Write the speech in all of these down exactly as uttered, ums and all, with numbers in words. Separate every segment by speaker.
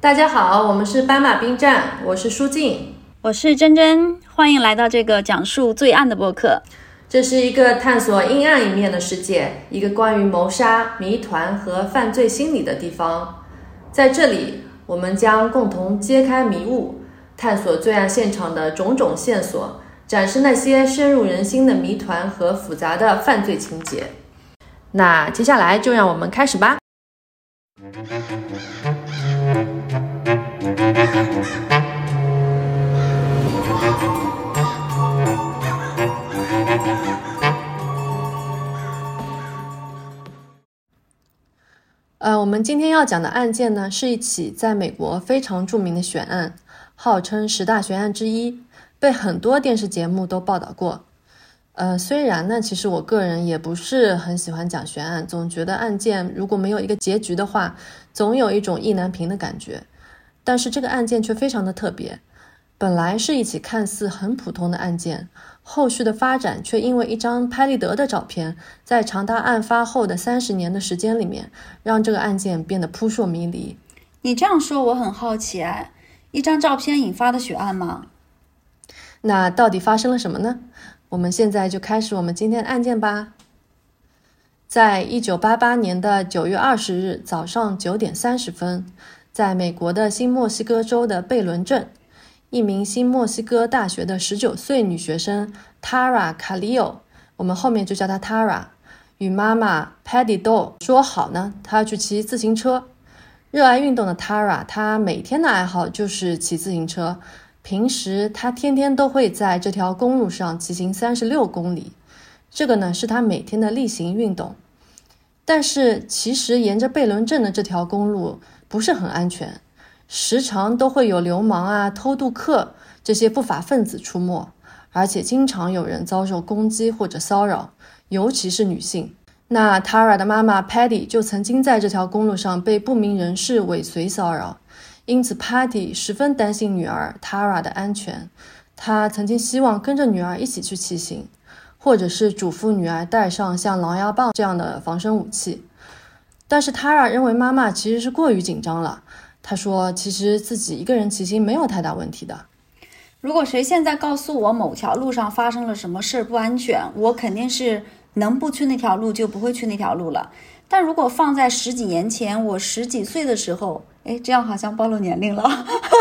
Speaker 1: 大家好，我们是斑马兵站，我是舒静，
Speaker 2: 我是珍珍，欢迎来到这个讲述罪案的播客。
Speaker 1: 这是一个探索阴暗一面的世界，一个关于谋杀、谜团和犯罪心理的地方。在这里，我们将共同揭开迷雾，探索罪案现场的种种线索，展示那些深入人心的谜团和复杂的犯罪情节。那接下来就让我们开始吧。呃，我们今天要讲的案件呢，是一起在美国非常著名的悬案，号称十大悬案之一，被很多电视节目都报道过。呃，虽然呢，其实我个人也不是很喜欢讲悬案，总觉得案件如果没有一个结局的话，总有一种意难平的感觉。但是这个案件却非常的特别，本来是一起看似很普通的案件，后续的发展却因为一张拍立得的照片，在长达案发后的三十年的时间里面，让这个案件变得扑朔迷离。
Speaker 2: 你这样说我很好奇哎，一张照片引发的血案吗？
Speaker 1: 那到底发生了什么呢？我们现在就开始我们今天的案件吧。在一九八八年的九月二十日早上九点三十分，在美国的新墨西哥州的贝伦镇，一名新墨西哥大学的十九岁女学生 Tara Carrillo， 我们后面就叫她 Tara， 与妈妈 Patty Doe 说好呢，她要去骑自行车。热爱运动的 Tara， 她每天的爱好就是骑自行车，平时她天天都会在这条公路上骑行三十六公里，这个呢是她每天的例行运动。但是其实沿着贝伦镇的这条公路不是很安全，时常都会有流氓啊、偷渡客这些不法分子出没，而且经常有人遭受攻击或者骚扰，尤其是女性。那 Tara 的妈妈 Patty 就曾经在这条公路上被不明人士尾随骚扰，因此 Patty 十分担心女儿 Tara 的安全，她曾经希望跟着女儿一起去骑行，或者是嘱咐女儿带上像狼牙棒这样的防身武器。但是 Tara 认为妈妈其实是过于紧张了，她说其实自己一个人骑行没有太大问题的。
Speaker 2: 如果谁现在告诉我某条路上发生了什么事不安全，我肯定是能不去那条路就不会去那条路了。但如果放在十几年前，我十几岁的时候，哎，这样好像暴露年龄了。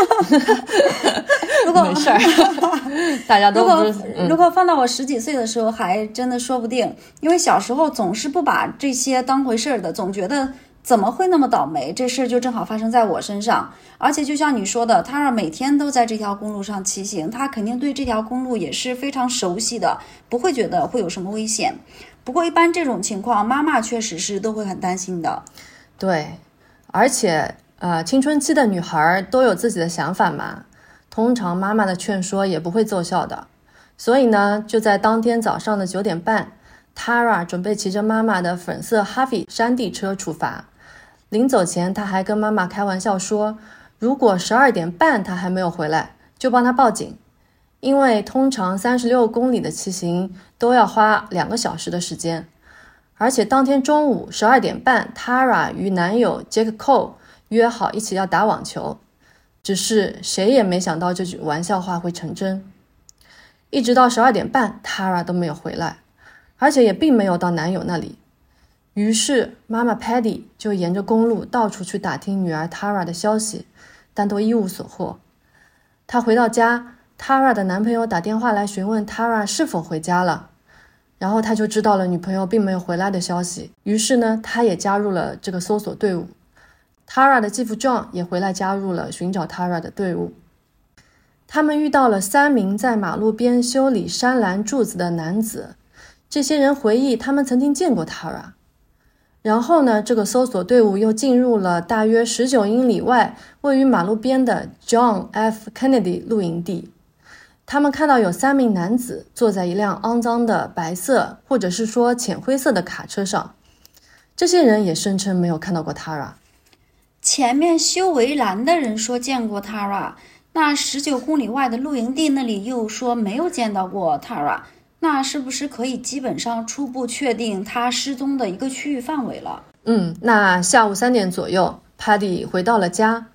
Speaker 2: 如果
Speaker 1: 没事儿，大家都不是、
Speaker 2: 嗯、如果放到我十几岁的时候，还真的说不定。因为小时候总是不把这些当回事的，总觉得怎么会那么倒霉，这事就正好发生在我身上。而且就像你说的，他每天都在这条公路上骑行，他肯定对这条公路也是非常熟悉的，不会觉得会有什么危险。不过一般这种情况，妈妈确实是都会很担心的。
Speaker 1: 对，而且呃，青春期的女孩都有自己的想法嘛，通常妈妈的劝说也不会奏效的。所以呢，就在当天早上的九点半 Tara 准备骑着妈妈的粉色哈弗山地车出发。临走前，她还跟妈妈开玩笑说，如果十二点半她还没有回来，就帮她报警。因为通常三十六公里的骑行都要花两个小时的时间。而且当天中午十二点半 Tara 与男友 Jack Cole 约好一起要打网球，只是谁也没想到这句玩笑话会成真。一直到十二点半 Tara 都没有回来，而且也并没有到男友那里。于是妈妈 Patty 就沿着公路到处去打听女儿 Tara 的消息，但都一无所获。她回到家， Tara 的男朋友打电话来询问 Tara 是否回家了，然后他就知道了女朋友并没有回来的消息。于是呢，他也加入了这个搜索队伍。Tara 的继父 John 也回来加入了寻找 Tara 的队伍。他们遇到了三名在马路边修理山栏柱子的男子，这些人回忆他们曾经见过 Tara。然后呢，这个搜索队伍又进入了大约十九英里外位于马路边的 John F. Kennedy 露营地。他们看到有三名男子坐在一辆肮脏的白色或者是说浅灰色的卡车上，这些人也声称没有看到过 Tara。
Speaker 2: 前面修围栏的人说见过 Tara， 那十九公里外的露营地那里又说没有见到过 Tara， 那是不是可以基本上初步确定他失踪的一个区域范围了？
Speaker 1: 嗯，那下午三点左右 Patty 回到了家，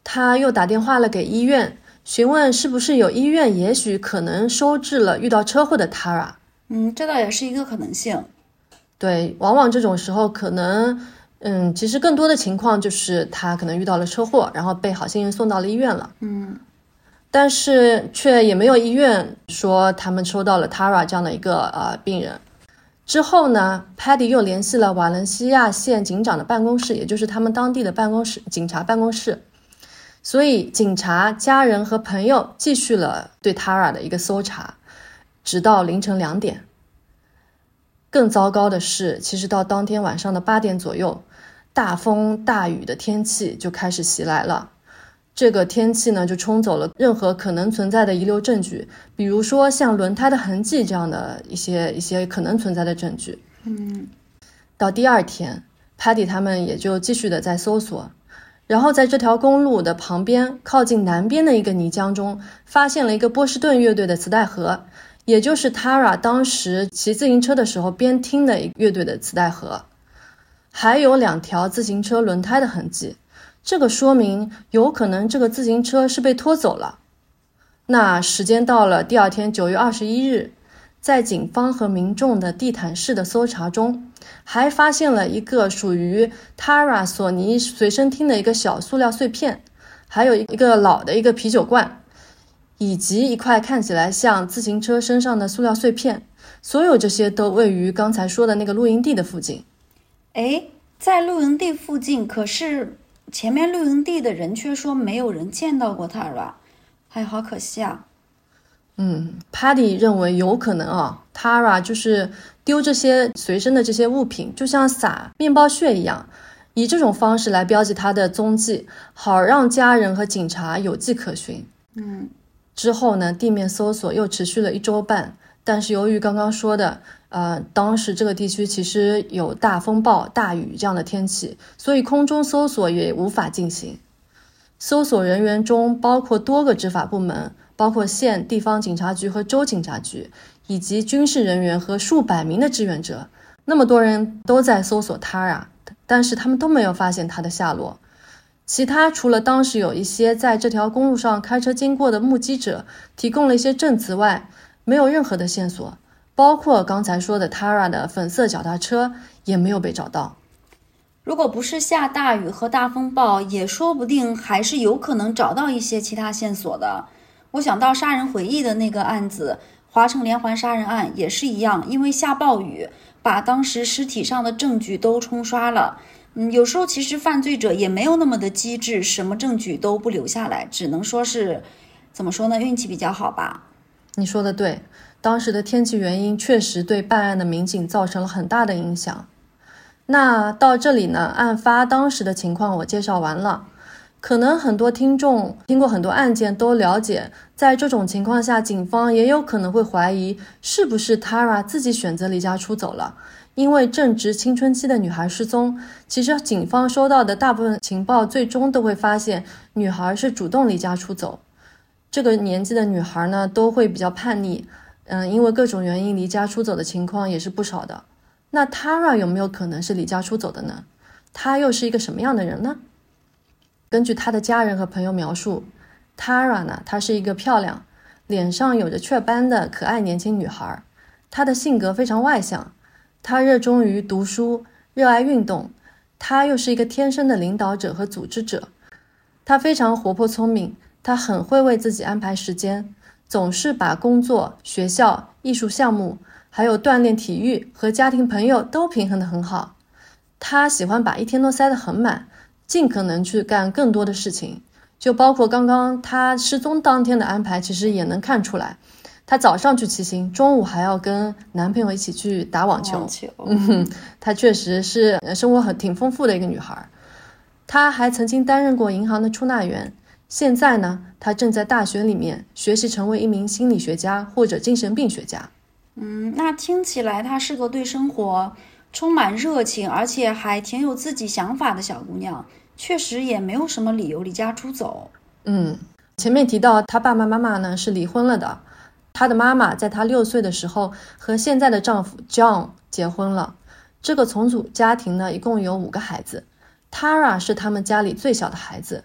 Speaker 1: 他又打电话了给医院，询问是不是有医院也许可能收治了遇到车祸的 Tara。
Speaker 2: 嗯，这倒也是一个可能性。
Speaker 1: 对，往往这种时候可能嗯，其实更多的情况就是他可能遇到了车祸，然后被好心人送到了医院了。
Speaker 2: 嗯，
Speaker 1: 但是却也没有医院说他们收到了 Tara 这样的一个呃病人。之后呢 Paddy 又联系了瓦伦西亚县警长的办公室，也就是他们当地的办公室警察办公室。所以警察、家人和朋友继续了对 Tara 的一个搜查，直到凌晨两点。更糟糕的是，其实到当天晚上的八点左右，大风大雨的天气就开始袭来了。这个天气呢，就冲走了任何可能存在的遗留证据，比如说像轮胎的痕迹这样的一些一些可能存在的证据。
Speaker 2: 嗯，
Speaker 1: 到第二天 Paddy 他们也就继续的在搜索，然后在这条公路的旁边靠近南边的一个泥浆中发现了一个波士顿乐队的磁带盒，也就是 Tara 当时骑自行车的时候边听的乐队的磁带盒，还有两条自行车轮胎的痕迹。这个说明有可能这个自行车是被拖走了。那时间到了第二天九月二十一日，在警方和民众的地毯式的搜查中，还发现了一个属于 Tara 索尼随身听的一个小塑料碎片，还有一个老的一个啤酒罐，以及一块看起来像自行车身上的塑料碎片。所有这些都位于刚才说的那个露营地的附近。
Speaker 2: 诶，在露营地附近，可是前面露营地的人却说没有人见到过 Tara， 哎，好可惜啊。
Speaker 1: 嗯 Paddy 认为有可能啊 Tara 就是丢这些随身的这些物品，就像撒面包屑一样，以这种方式来标记他的踪迹，好让家人和警察有迹可循。
Speaker 2: 嗯，
Speaker 1: 之后呢，地面搜索又持续了一周半，但是由于刚刚说的呃，当时这个地区其实有大风暴、大雨这样的天气，所以空中搜索也无法进行。搜索人员中包括多个执法部门，包括县、地方警察局和州警察局，以及军事人员和数百名的志愿者。那么多人都在搜索 Tara， 但是他们都没有发现他的下落。其他除了当时有一些在这条公路上开车经过的目击者提供了一些证词外，没有任何的线索，包括刚才说的 Tara 的粉色脚踏车也没有被找到。
Speaker 2: 如果不是下大雨和大风暴，也说不定还是有可能找到一些其他线索的。我想到杀人回忆的那个案子，华城连环杀人案也是一样，因为下暴雨，把当时尸体上的证据都冲刷了。嗯，有时候其实犯罪者也没有那么的机智，什么证据都不留下来，只能说是怎么说呢，运气比较好吧。
Speaker 1: 你说的对，当时的天气原因确实对办案的民警造成了很大的影响。那到这里呢，案发当时的情况我介绍完了。可能很多听众听过很多案件都了解，在这种情况下，警方也有可能会怀疑是不是 Tara 自己选择离家出走了。因为正值青春期的女孩失踪，其实警方收到的大部分情报最终都会发现女孩是主动离家出走。这个年纪的女孩呢，都会比较叛逆，嗯，因为各种原因离家出走的情况也是不少的。那 Tara 有没有可能是离家出走的呢？她又是一个什么样的人呢？根据她的家人和朋友描述， Tara 呢，她是一个漂亮、脸上有着雀斑的可爱年轻女孩。她的性格非常外向，她热衷于读书，热爱运动，她又是一个天生的领导者和组织者。她非常活泼聪明，她很会为自己安排时间，总是把工作、学校、艺术项目还有锻炼体育和家庭朋友都平衡得很好。他喜欢把一天都塞得很满，尽可能去干更多的事情，就包括刚刚他失踪当天的安排，其实也能看出来。他早上去骑行，中午还要跟男朋友一起去打网球。
Speaker 2: 网球
Speaker 1: 嗯，她确实是生活很挺丰富的一个女孩。她还曾经担任过银行的出纳员，现在呢，她正在大学里面学习成为一名心理学家或者精神病学家。
Speaker 2: 嗯，那听起来她是个对生活充满热情，而且还挺有自己想法的小姑娘，确实也没有什么理由离家出走。
Speaker 1: 嗯，前面提到她爸爸妈妈呢是离婚了的，她的妈妈在她六岁的时候和现在的丈夫 John 结婚了。这个重组家庭呢一共有五个孩子， Tara 是他们家里最小的孩子。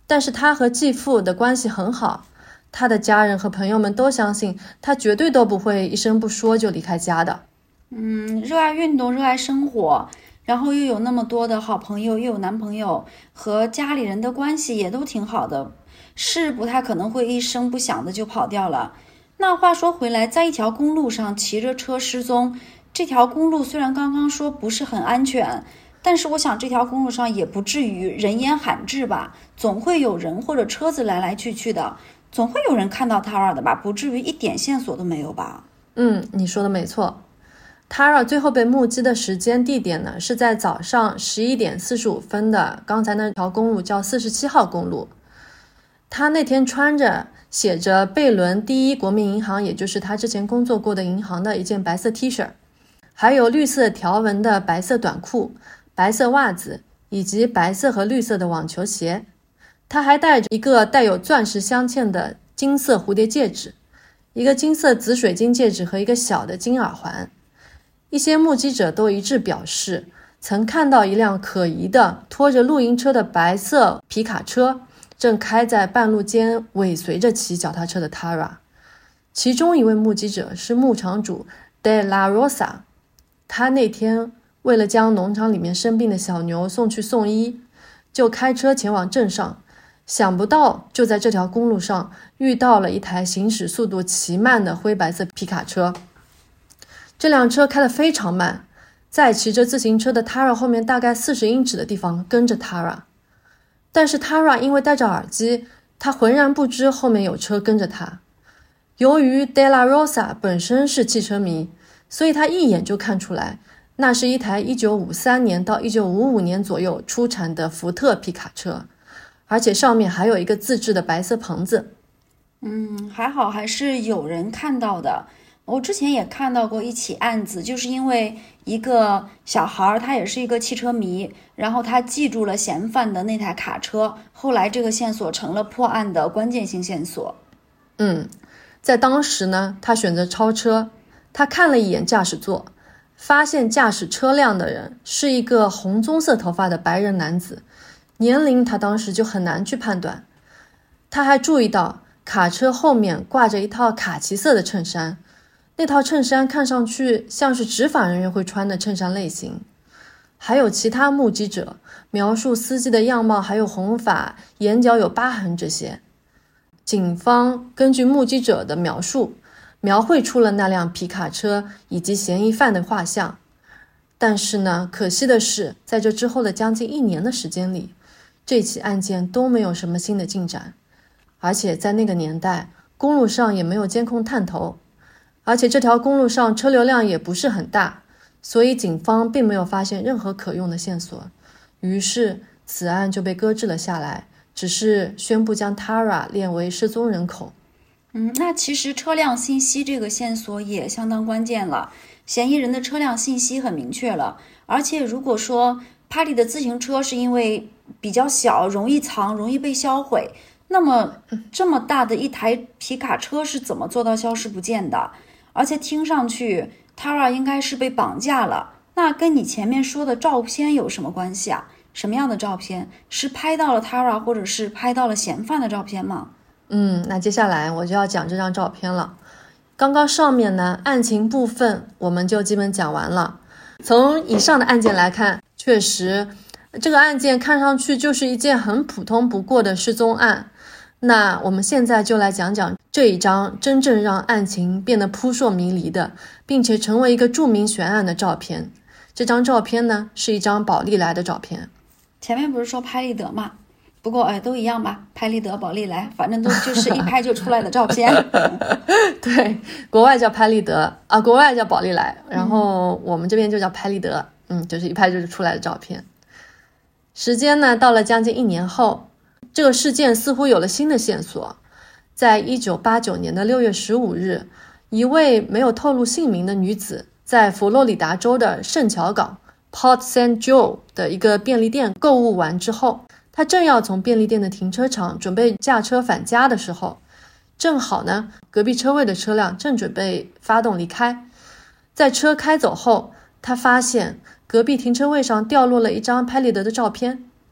Speaker 1: 但是他和继父的关系很好，他的家人和朋友们都相信他绝对都不会一声不说就离开家的。
Speaker 2: 嗯，热爱运动，热爱生活，然后又有那么多的好朋友，又有男朋友，和家里人的关系也都挺好的，是不太可能会一声不响的就跑掉了。那话说回来，在一条公路上骑着车失踪，这条公路虽然刚刚说不是很安全，但是我想这条公路上也不至于人烟罕至吧，总会有人或者车子来来去去的，总会有人看到 Tara 的吧，不至于一点线索都没有吧。
Speaker 1: 嗯，你说的没错。Tara 最后被目击的时间地点呢，是在早上十一点四十五分的刚才那条公路叫四十七号公路。他那天穿着写着贝伦第一国民银行，也就是他之前工作过的银行的一件白色 T 恤，还有绿色条纹的白色短裤、白色袜子以及白色和绿色的网球鞋。他还戴着一个带有钻石镶嵌的金色蝴蝶戒指，一个金色紫水晶戒指和一个小的金耳环。一些目击者都一致表示，曾看到一辆可疑的拖着露营车的白色皮卡车正开在半路间尾随着骑脚踏车的 Tara。 其中一位目击者是牧场主 De La Rosa， 他那天为了将农场里面生病的小牛送去送医，就开车前往镇上，想不到就在这条公路上遇到了一台行驶速度奇慢的灰白色皮卡车。这辆车开得非常慢，在骑着自行车的 Tara 后面大概四十英尺的地方跟着 Tara。 但是 Tara 因为戴着耳机，他浑然不知后面有车跟着他。由于 De La Rosa 本身是汽车迷，所以他一眼就看出来，那是一台一九五三年到一九五五年左右出产的福特皮卡车，而且上面还有一个自制的白色棚子。
Speaker 2: 嗯，还好还是有人看到的。我之前也看到过一起案子，就是因为一个小孩，他也是一个汽车迷，然后他记住了嫌犯的那台卡车，后来这个线索成了破案的关键性线索。
Speaker 1: 嗯，在当时呢，他选择超车，他看了一眼驾驶座，发现驾驶车辆的人是一个红棕色头发的白人男子，年龄他当时就很难去判断。他还注意到卡车后面挂着一套卡其色的衬衫，那套衬衫看上去像是执法人员会穿的衬衫类型。还有其他目击者描述司机的样貌，还有红发，眼角有疤痕这些。警方根据目击者的描述，描绘出了那辆皮卡车以及嫌疑犯的画像。但是呢，可惜的是，在这之后的将近一年的时间里，这起案件都没有什么新的进展。而且在那个年代，公路上也没有监控探头，而且这条公路上车流量也不是很大，所以警方并没有发现任何可用的线索。于是此案就被搁置了下来，只是宣布将 Tara 列为失踪人口。
Speaker 2: 嗯，那其实车辆信息这个线索也相当关键了，嫌疑人的车辆信息很明确了。而且如果说帕里的自行车是因为比较小，容易藏，容易被销毁，那么这么大的一台皮卡车是怎么做到消失不见的？而且听上去 Tara 应该是被绑架了，那跟你前面说的照片有什么关系啊？什么样的照片？是拍到了 Tara 或者是拍到了嫌犯的照片吗？
Speaker 1: 嗯，那接下来我就要讲这张照片了。刚刚上面呢，案情部分我们就基本讲完了。从以上的案件来看，确实这个案件看上去就是一件很普通不过的失踪案。那我们现在就来讲讲这一张真正让案情变得扑朔迷离的，并且成为一个著名悬案的照片。这张照片呢，是一张宝丽来的照片。
Speaker 2: 前面不是说拍立得吗？不过哎，都一样吧，拍立得、宝丽来，反正都就是一拍就出来的照片。
Speaker 1: 对，国外叫拍立得啊，国外叫宝丽来，然后我们这边就叫拍立得，嗯，就是一拍就是出来的照片。时间呢，到了将近一年后，这个事件似乎有了新的线索。在一九八九年的六月十五日，一位没有透露姓名的女子在佛罗里达州的圣乔港 Port Saint Joe 的一个便利店购物完之后，她正要从便利店的停车场准备驾车返家的时候，正好呢，隔壁车位的车辆正准备发动离开。在车开走后，她发现隔壁停车位上掉落了一张拍立得的照片。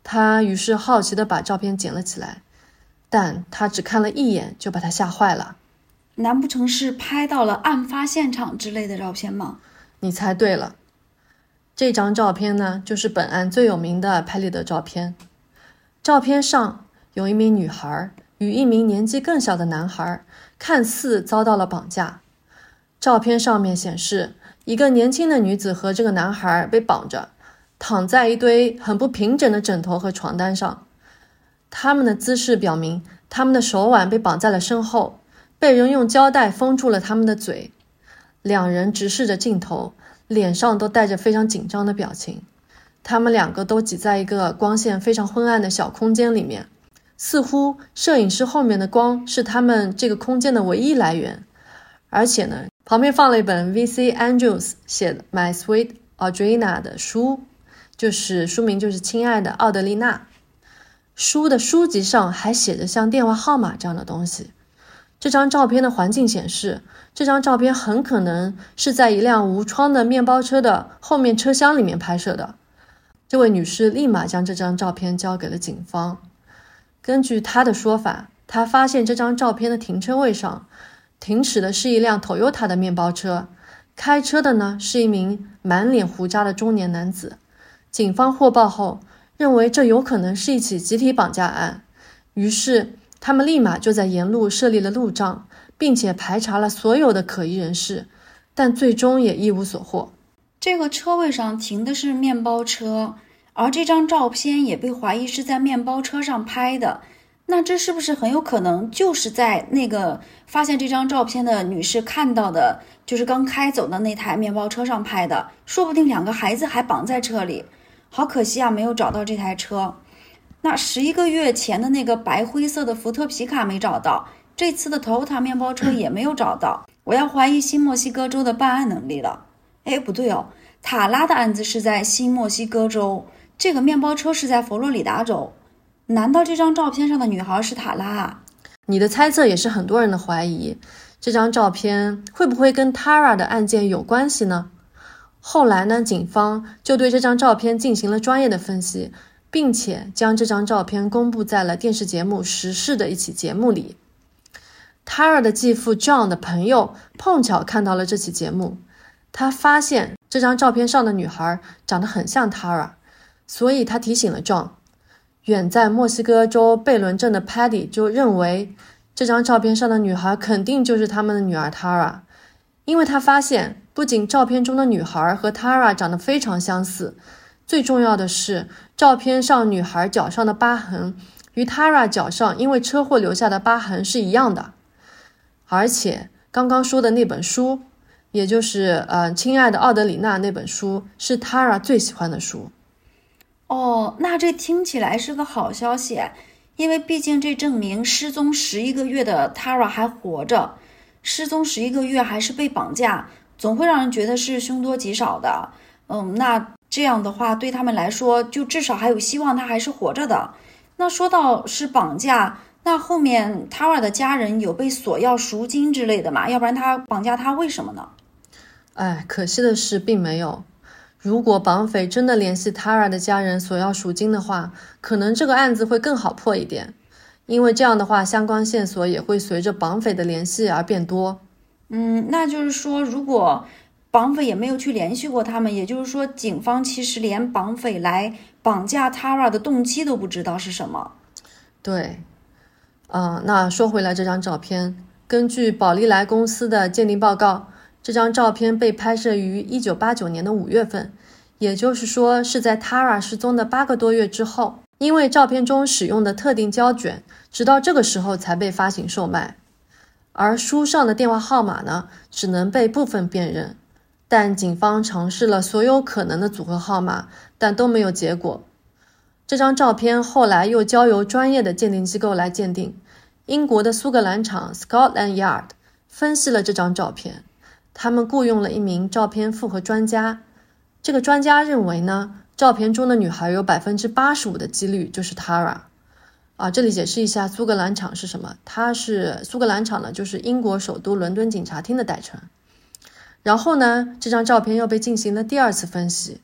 Speaker 1: 他于是好奇地把照片捡了起来，但他只看了一眼就把他吓坏了。
Speaker 2: 难不成是拍到了案发现场之类的照片吗？
Speaker 1: 你猜对了，这张照片呢，就是本案最有名的拍立得照片。照片上有一名女孩与一名年纪更小的男孩，看似遭到了绑架。照片上面显示，一个年轻的女子和这个男孩被绑着，躺在一堆很不平整的枕头和床单上。他们的姿势表明，他们的手腕被绑在了身后，被人用胶带封住了他们的嘴。两人直视着镜头，脸上都带着非常紧张的表情。他们两个都挤在一个光线非常昏暗的小空间里面，似乎摄影师后面的光是他们这个空间的唯一来源。而且呢，旁边放了一本 V C Andrews 写的 My Sweet Audrina 的书，就是书名就是亲爱的奥德丽娜。书的书籍上还写着像电话号码这样的东西。这张照片的环境显示，这张照片很可能是在一辆无窗的面包车的后面车厢里面拍摄的。这位女士立马将这张照片交给了警方。根据她的说法，她发现这张照片的停车位上停驶的是一辆 Toyota 的面包车，开车的呢是一名满脸胡渣的中年男子。警方获报后认为这有可能是一起集体绑架案，于是他们立马就在沿路设立了路障，并且排查了所有的可疑人士，但最终也一无所获。
Speaker 2: 这个车位上停的是面包车，而这张照片也被怀疑是在面包车上拍的。那这是不是很有可能就是在那个发现这张照片的女士看到的，就是刚开走的那台面包车上拍的？说不定两个孩子还绑在车里。好可惜啊，没有找到这台车。那十一个月前的那个白灰色的福特皮卡没找到，这次的 Toyota 面包车也没有找到。我要怀疑新墨西哥州的办案能力了。哎，不对哦，塔拉的案子是在新墨西哥州，这个面包车是在佛罗里达州。难道这张照片上的女孩是塔拉啊？
Speaker 1: 你的猜测也是很多人的怀疑，这张照片会不会跟 Tara 的案件有关系呢？后来呢，警方就对这张照片进行了专业的分析，并且将这张照片公布在了电视节目《时事》的一期节目里。Tara 的继父 John 的朋友碰巧看到了这期节目，他发现这张照片上的女孩长得很像 Tara， 所以他提醒了 John。远在墨西哥州贝伦镇的 Paddy 就认为这张照片上的女孩肯定就是他们的女儿 Tara， 因为他发现不仅照片中的女孩和 Tara 长得非常相似，最重要的是照片上女孩脚上的疤痕与 Tara 脚上因为车祸留下的疤痕是一样的。而且刚刚说的那本书，也就是呃，亲爱的奥德里娜那本书，是 Tara 最喜欢的书。
Speaker 2: 哦，那这听起来是个好消息，因为毕竟这证明失踪十一个月的 Tara 还活着，失踪十一个月还是被绑架，总会让人觉得是凶多吉少的。嗯，那这样的话对他们来说，就至少还有希望他还是活着的。那说到是绑架，那后面 Tara 的家人有被索要赎金之类的吗？要不然他绑架他为什么呢？
Speaker 1: 哎，可惜的是并没有。如果绑匪真的联系 Tara 的家人索要赎金的话，可能这个案子会更好破一点，因为这样的话相关线索也会随着绑匪的联系而变多。
Speaker 2: 嗯，那就是说如果绑匪也没有去联系过他们，也就是说警方其实连绑匪来绑架 Tara 的动机都不知道是什么。
Speaker 1: 对，呃，那说回来这张照片，根据宝丽来公司的鉴定报告，这张照片被拍摄于一九八九年的五月份，也就是说是在 Tara 失踪的八个多月之后，因为照片中使用的特定胶卷，直到这个时候才被发行售卖。而书上的电话号码呢，只能被部分辨认，但警方尝试了所有可能的组合号码，但都没有结果。这张照片后来又交由专业的鉴定机构来鉴定，英国的苏格兰场 Scotland Yard 分析了这张照片。他们雇佣了一名照片复核专家，这个专家认为呢，照片中的女孩有 百分之八十五 的几率就是 Tara。 啊，这里解释一下苏格兰场是什么，它是苏格兰场呢，就是英国首都伦敦警察厅的代称。然后呢，这张照片又被进行了第二次分析，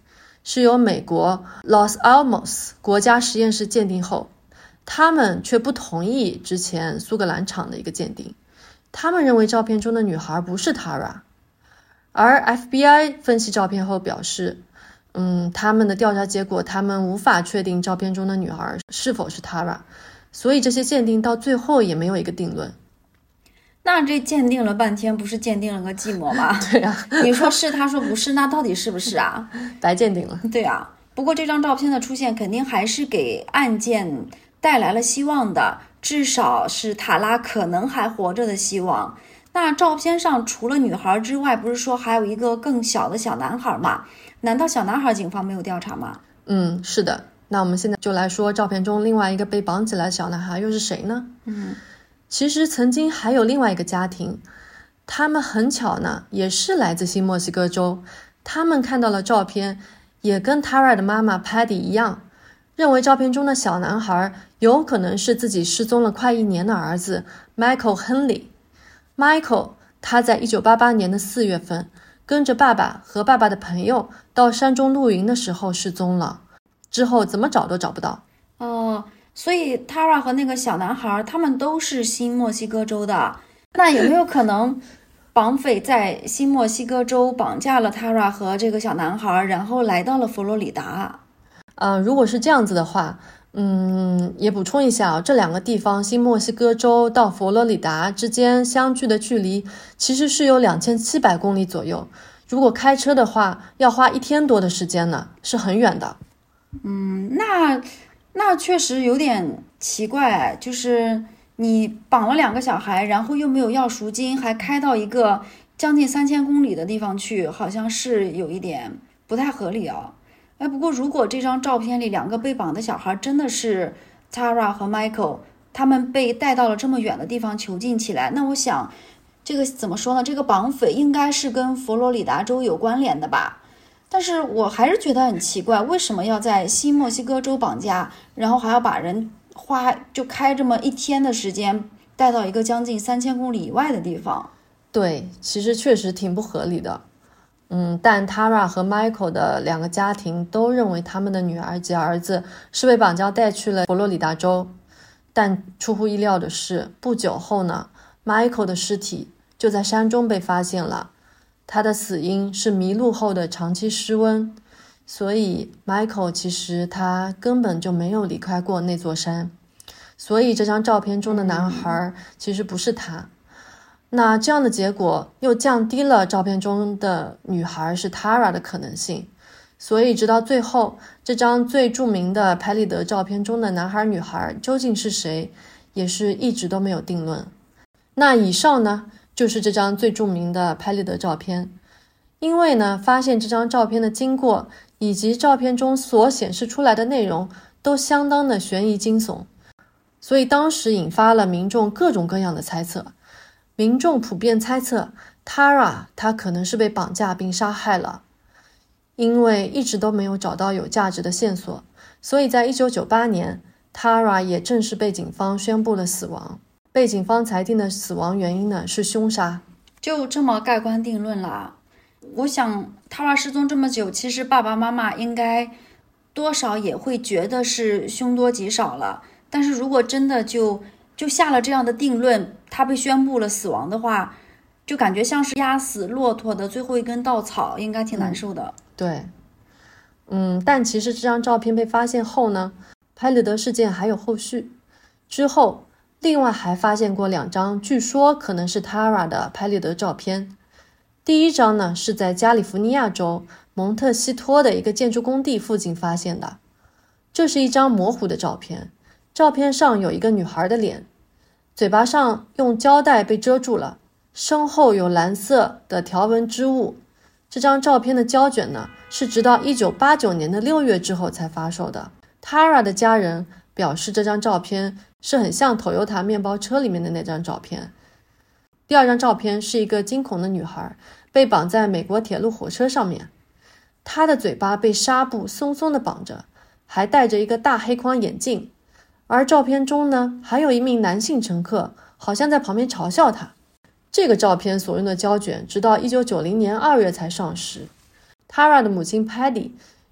Speaker 1: 是由美国 Los Alamos 国家实验室鉴定后，他们却不同意之前苏格兰厂的一个鉴定，他们认为照片中的女孩不是 Tara， 而 F B I 分析照片后表示，嗯，他们的调查结果，他们无法确定照片中的女孩是否是 Tara， 所以这些鉴定到最后也没有一个定论。
Speaker 2: 那这鉴定了半天，不是鉴定了个寂寞吗？
Speaker 1: 对啊，
Speaker 2: 你说是，他说不是，那到底是不是啊？
Speaker 1: 白鉴定了。
Speaker 2: 对啊，不过这张照片的出现肯定还是给案件带来了希望的，至少是塔拉可能还活着的希望。那照片上除了女孩之外，不是说还有一个更小的小男孩吗？难道小男孩警方没有调查吗？
Speaker 1: 嗯，是的。那我们现在就来说照片中另外一个被绑起来的小男孩又是谁呢？
Speaker 2: 嗯，
Speaker 1: 其实曾经还有另外一个家庭，他们很巧呢，也是来自新墨西哥州。他们看到了照片，也跟 Tara 的妈妈 Patty 一样，认为照片中的小男孩有可能是自己失踪了快一年的儿子 Michael Henley。Michael 他在一九八八年的四月份跟着爸爸和爸爸的朋友到山中露营的时候失踪了，之后怎么找都找不到。
Speaker 2: 哦，所以 Tara 和那个小男孩他们都是新墨西哥州的，那有没有可能绑匪在新墨西哥州绑架了 Tara 和这个小男孩，然后来到了佛罗里达？
Speaker 1: 呃，如果是这样子的话，嗯，也补充一下啊，这两个地方新墨西哥州到佛罗里达之间相距的距离其实是有两千七百公里左右，如果开车的话要花一天多的时间呢，是很远的。
Speaker 2: 嗯，那那确实有点奇怪，就是你绑了两个小孩，然后又没有要赎金，还开到一个将近三千公里的地方去，好像是有一点不太合理啊。哎，不过如果这张照片里两个被绑的小孩真的是 Tara 和 Michael， 他们被带到了这么远的地方囚禁起来，那我想这个怎么说呢？这个绑匪应该是跟佛罗里达州有关联的吧？但是我还是觉得很奇怪，为什么要在新墨西哥州绑架，然后还要把人花就开这么一天的时间带到一个将近三千公里以外的地方？
Speaker 1: 对，其实确实挺不合理的。嗯，但 Tara 和 Michael 的两个家庭都认为他们的女儿及儿子是被绑架带去了佛罗里达州。但出乎意料的是，不久后呢 Michael 的尸体就在山中被发现了，他的死因是迷路后的长期失温，所以 Michael 其实他根本就没有离开过那座山，所以这张照片中的男孩其实不是他。那这样的结果又降低了照片中的女孩是 Tara 的可能性，所以直到最后，这张最著名的拍立得照片中的男孩女孩究竟是谁，也是一直都没有定论。那以上呢，就是这张最著名的拍立得照片。因为呢，发现这张照片的经过以及照片中所显示出来的内容都相当的悬疑惊悚，所以当时引发了民众各种各样的猜测。民众普遍猜测 Tara 她可能是被绑架并杀害了，因为一直都没有找到有价值的线索，所以在一九九八年 Tara 也正式被警方宣布了死亡。被警方裁定的死亡原因呢是凶杀。
Speaker 2: 就这么盖棺定论了。我想 Tara 失踪这么久，其实爸爸妈妈应该多少也会觉得是凶多吉少了，但是如果真的就就下了这样的定论，他被宣布了死亡的话，就感觉像是压死骆驼的最后一根稻草，应该挺难受的。
Speaker 1: 嗯、对，嗯，但其实这张照片被发现后呢，拍立得事件还有后续。之后，另外还发现过两张据说可能是 Tara 的拍立得照片。第一张呢，是在加利福尼亚州蒙特西托的一个建筑工地附近发现的。这是一张模糊的照片，照片上有一个女孩的脸，嘴巴上用胶带被遮住了，身后有蓝色的条纹织物。这张照片的胶卷呢，是直到一九八九年的六月之后才发售的。Tara 的家人表示这张照片是很像 Toyota 面包车里面的那张照片。第二张照片是一个惊恐的女孩被绑在美国铁路火车上面，她的嘴巴被纱布松松地绑着，还戴着一个大黑框眼镜。而照片中呢，还有一名男性乘客，好像在旁边嘲笑他。这个照片所用的胶卷直到一九九零年二月才上市。Tara 的母亲 Patty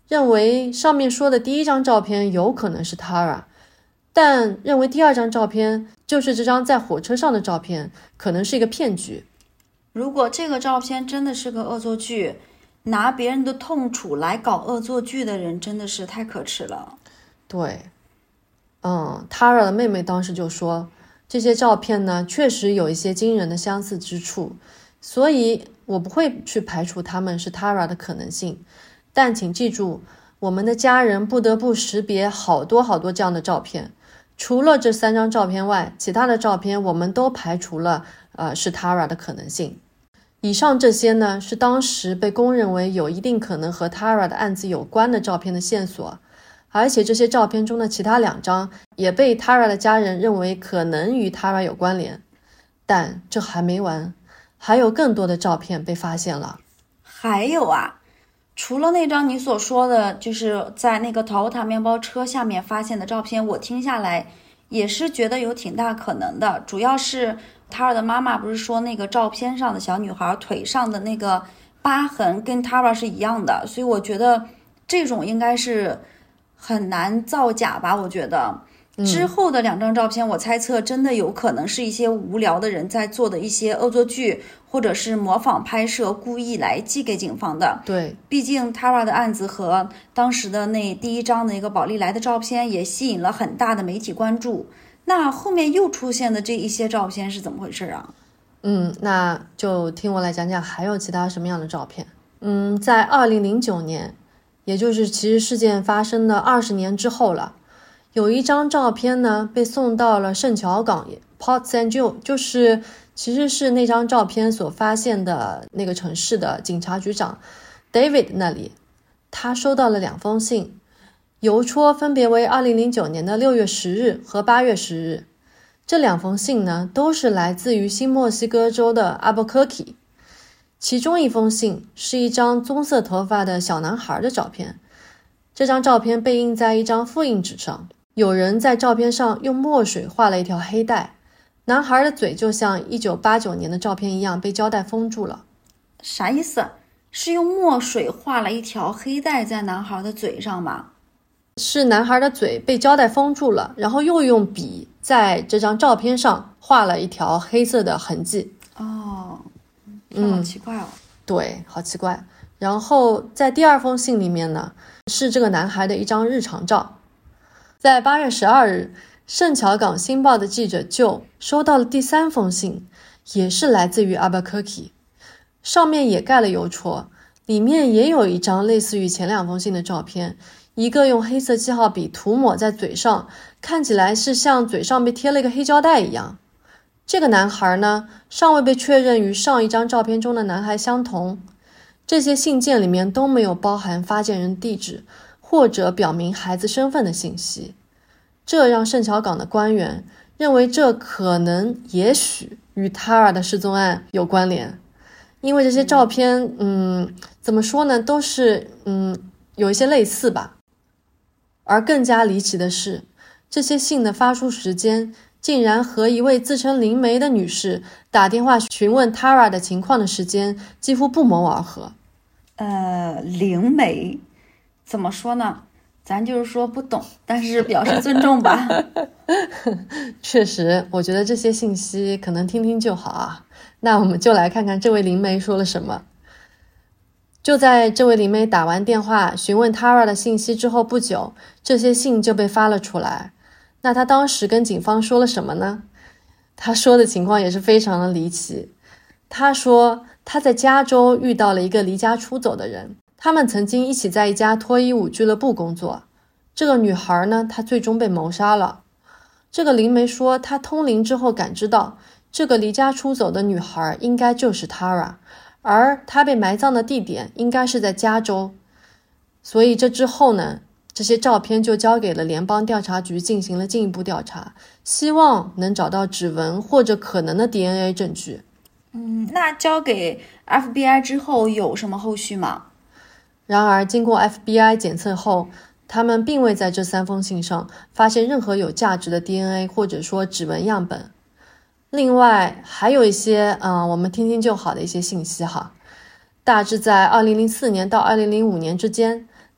Speaker 1: 认为上面说的第一张照片有可能是 Tara， 但认为第二张照片就是这张在火车上的照片，可能是一个骗局。
Speaker 2: 如果这个照片真的是个恶作剧，拿别人的痛楚来搞恶作剧的人真的是太可耻了。
Speaker 1: 对，嗯 Tara 的妹妹当时就说，这些照片呢确实有一些惊人的相似之处，所以我不会去排除他们是 Tara 的可能性。但请记住，我们的家人不得不识别好多好多这样的照片，除了这三张照片外，其他的照片我们都排除了呃是 Tara 的可能性。以上这些呢，是当时被公认为有一定可能和 Tara 的案子有关的照片的线索，而且这些照片中的其他两张也被 Tara 的家人认为可能与 Tara 有关联。但这还没完，还有更多的照片被发现了。
Speaker 2: 还有啊，除了那张你所说的就是在那个 Toyota 面包车下面发现的照片，我听下来也是觉得有挺大可能的。主要是 Tara 的妈妈不是说那个照片上的小女孩腿上的那个疤痕跟 Tara 是一样的，所以我觉得这种应该是很难造假吧。我觉得之后的两张照片，我猜测真的有可能是一些无聊的人在做的一些恶作剧，或者是模仿拍摄，故意来寄给警方的。
Speaker 1: 对，
Speaker 2: 毕竟 Tara 的案子和当时的那第一张的一个宝丽来的照片也吸引了很大的媒体关注。那后面又出现的这一些照片是怎么回事啊？
Speaker 1: 嗯，那就听我来讲讲还有其他什么样的照片。嗯，在二零零九年，也就是其实事件发生的二十年之后了，有一张照片呢被送到了圣乔港 Port Saint Giles， 就是其实是那张照片所发现的那个城市的警察局长 David 那里。他收到了两封信，邮戳分别为二零零九年的六月十日和八月十日。这两封信呢都是来自于新墨西哥州的 Albuquerque。其中一封信是一张棕色头发的小男孩的照片，这张照片被印在一张复印纸上，有人在照片上用墨水画了一条黑带，男孩的嘴就像一九八九年的照片一样被胶带封住了。
Speaker 2: 啥意思？是用墨水画了一条黑带在男孩的嘴上吗？
Speaker 1: 是男孩的嘴被胶带封住了，然后又用笔在这张照片上画了一条黑色的痕迹。
Speaker 2: 哦，这好奇怪哦。
Speaker 1: 嗯，对，好奇怪。然后在第二封信里面呢，是这个男孩的一张日常照。在八月十二日，圣乔港星报的记者就收到了第三封信，也是来自于 Albuquerque， 上面也盖了邮戳，里面也有一张类似于前两封信的照片，一个用黑色记号笔涂抹在嘴上，看起来是像嘴上被贴了一个黑胶带一样。这个男孩呢，尚未被确认与上一张照片中的男孩相同。这些信件里面都没有包含发件人地址或者表明孩子身份的信息，这让圣乔港的官员认为这可能也许与 Tara 的失踪案有关联。因为这些照片嗯，怎么说呢，都是嗯有一些类似吧。而更加离奇的是，这些信的发出时间竟然和一位自称灵媒的女士打电话询问 Tara 的情况的时间几乎不谋而合。
Speaker 2: 呃，灵媒怎么说呢？咱就是说不懂，但是表示尊重吧。
Speaker 1: 确实，我觉得这些信息可能听听就好啊。那我们就来看看这位灵媒说了什么。就在这位灵媒打完电话询问 Tara 的信息之后不久，这些信就被发了出来。那他当时跟警方说了什么呢？他说的情况也是非常的离奇。他说他在加州遇到了一个离家出走的人，他们曾经一起在一家脱衣舞俱乐部工作。这个女孩呢，她最终被谋杀了。这个灵媒说他通灵之后感知到这个离家出走的女孩应该就是 Tara， 而她被埋葬的地点应该是在加州。所以这之后呢，这些照片就交给了联邦调查局进行了进一步调查，希望能找到指纹或者可能的 D N A 证据。
Speaker 2: 嗯，那交给 F B I 之后有什么后续吗？
Speaker 1: 然而经过 F B I 检测后，他们并未在这三封信上发现任何有价值的 D N A 或者说指纹样本。另外还有一些嗯，我们听听就好的一些信息哈。大致在二零零四年到二零零五年之间，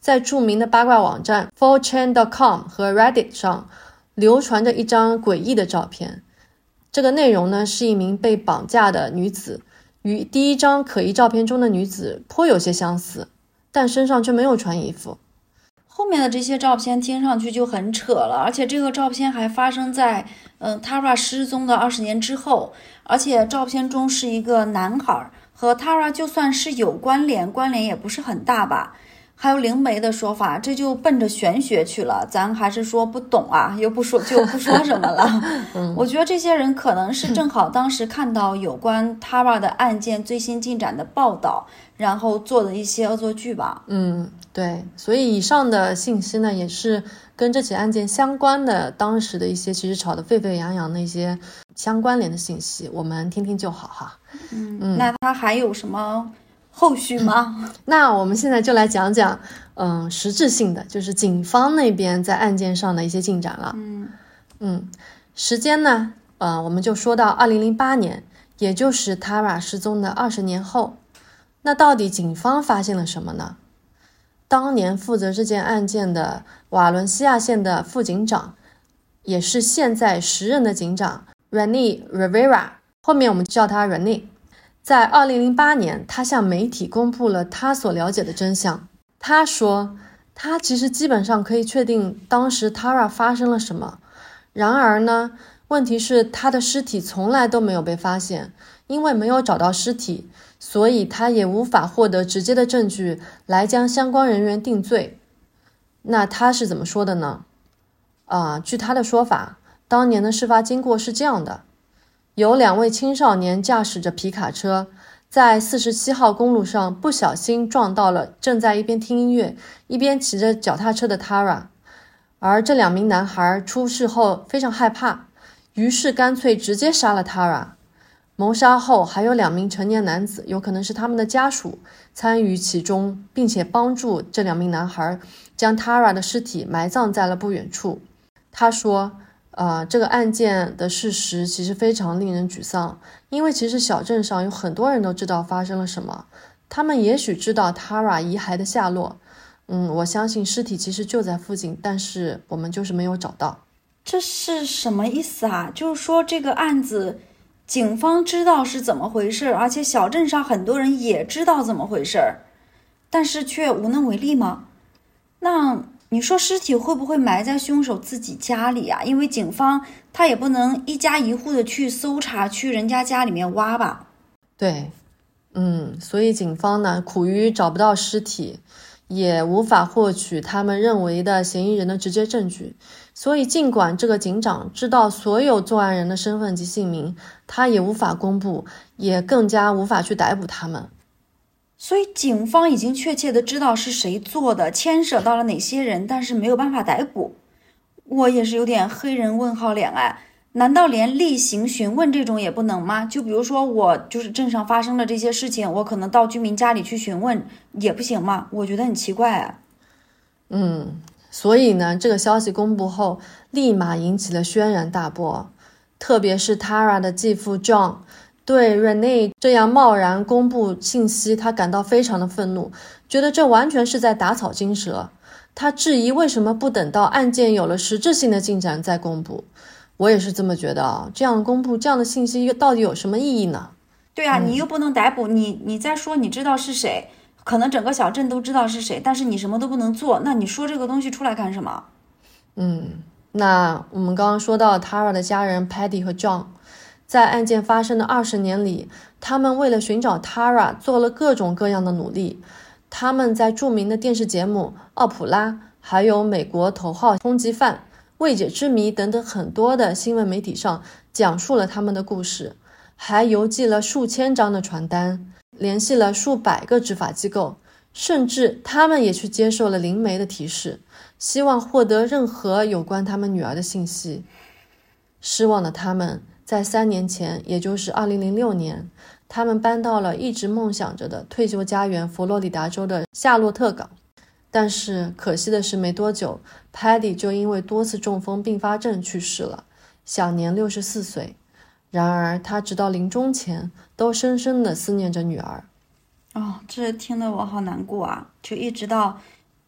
Speaker 1: 在著名的八卦网站 four chan dot com 和 Reddit 上流传着一张诡异的照片。这个内容呢，是一名被绑架的女子，与第一张可疑照片中的女子颇有些相似，但身上却没有穿衣服。
Speaker 2: 后面的这些照片听上去就很扯了，而且这个照片还发生在嗯 Tara 失踪的二十年之后，而且照片中是一个男孩，和 Tara 就算是有关联，关联也不是很大吧。还有灵媒的说法，这就奔着玄学去了，咱还是说不懂啊，又不说就不说什么了。嗯、我觉得这些人可能是正好当时看到有关 Tara 的案件最新进展的报道，然后做的一些恶作剧吧。
Speaker 1: 嗯，对，所以以上的信息呢，也是跟这起案件相关的，当时的一些其实吵得沸沸扬扬的一些相关联的信息，我们听听就好哈。
Speaker 2: 嗯，嗯那他还有什么后续吗？
Speaker 1: 那我们现在就来讲讲，嗯，实质性的，就是警方那边在案件上的一些进展了。
Speaker 2: 嗯
Speaker 1: 嗯，时间呢，呃，我们就说到二零零八年，也就是 Tara 失踪的二十年后。那到底警方发现了什么呢？当年负责这件案件的瓦伦西亚县的副警长，也是现在时任的警长 Renee Rivera， 后面我们叫他 Renee。在二零零八年，他向媒体公布了他所了解的真相。他说，他其实基本上可以确定当时 Tara 发生了什么。然而呢，问题是他的尸体从来都没有被发现，因为没有找到尸体，所以他也无法获得直接的证据来将相关人员定罪。那他是怎么说的呢？啊、呃，据他的说法，当年的事发经过是这样的。有两位青少年驾驶着皮卡车，在四十七号公路上不小心撞到了正在一边听音乐一边骑着脚踏车的 Tara， 而这两名男孩出事后非常害怕，于是干脆直接杀了 Tara。 谋杀后还有两名成年男子，有可能是他们的家属参与其中，并且帮助这两名男孩将 Tara 的尸体埋葬在了不远处。他说呃，这个案件的事实其实非常令人沮丧，因为其实小镇上有很多人都知道发生了什么，他们也许知道 Tara 遗骸的下落。嗯，我相信尸体其实就在附近，但是我们就是没有找到。
Speaker 2: 这是什么意思啊？就是说这个案子警方知道是怎么回事，而且小镇上很多人也知道怎么回事，但是却无能为力吗？那你说尸体会不会埋在凶手自己家里啊？因为警方他也不能一家一户的去搜查，去人家家里面挖吧。
Speaker 1: 对，嗯，所以警方呢苦于找不到尸体，也无法获取他们认为的嫌疑人的直接证据，所以尽管这个警长知道所有作案人的身份及姓名，他也无法公布，也更加无法去逮捕他们。
Speaker 2: 所以警方已经确切的知道是谁做的，牵涉到了哪些人，但是没有办法逮捕。我也是有点黑人问号脸哎，难道连例行询问这种也不能吗？就比如说我就是镇上发生的这些事情，我可能到居民家里去询问也不行吗？我觉得很奇怪哎。
Speaker 1: 嗯，所以呢，这个消息公布后，立马引起了轩然大波，特别是 Tara 的继父 John。对 Renee 这样贸然公布信息，他感到非常的愤怒，觉得这完全是在打草惊蛇。他质疑为什么不等到案件有了实质性的进展再公布。我也是这么觉得啊，这样公布这样的信息到底有什么意义呢？
Speaker 2: 对啊，你又不能逮捕，你你再说你知道是谁，可能整个小镇都知道是谁，但是你什么都不能做，那你说这个东西出来干什么？
Speaker 1: 嗯，那我们刚刚说到 Tara 的家人 Paddy 和 John，在案件发生的二十年里，他们为了寻找 Tara 做了各种各样的努力。他们在著名的电视节目《奥普拉》，还有美国头号通缉犯、未解之谜等等很多的新闻媒体上讲述了他们的故事，还邮寄了数千张的传单，联系了数百个执法机构，甚至他们也去接受了灵媒的提示，希望获得任何有关他们女儿的信息。失望的他们在三年前，也就是二零零六年，他们搬到了一直梦想着的退休家园佛罗里达州的夏洛特港。但是可惜的是，没多久 Paddy 就因为多次中风并发症去世了，享年六十四岁。然而他直到临终前都深深地思念着女儿。
Speaker 2: 哦，这听得我好难过啊！就一直到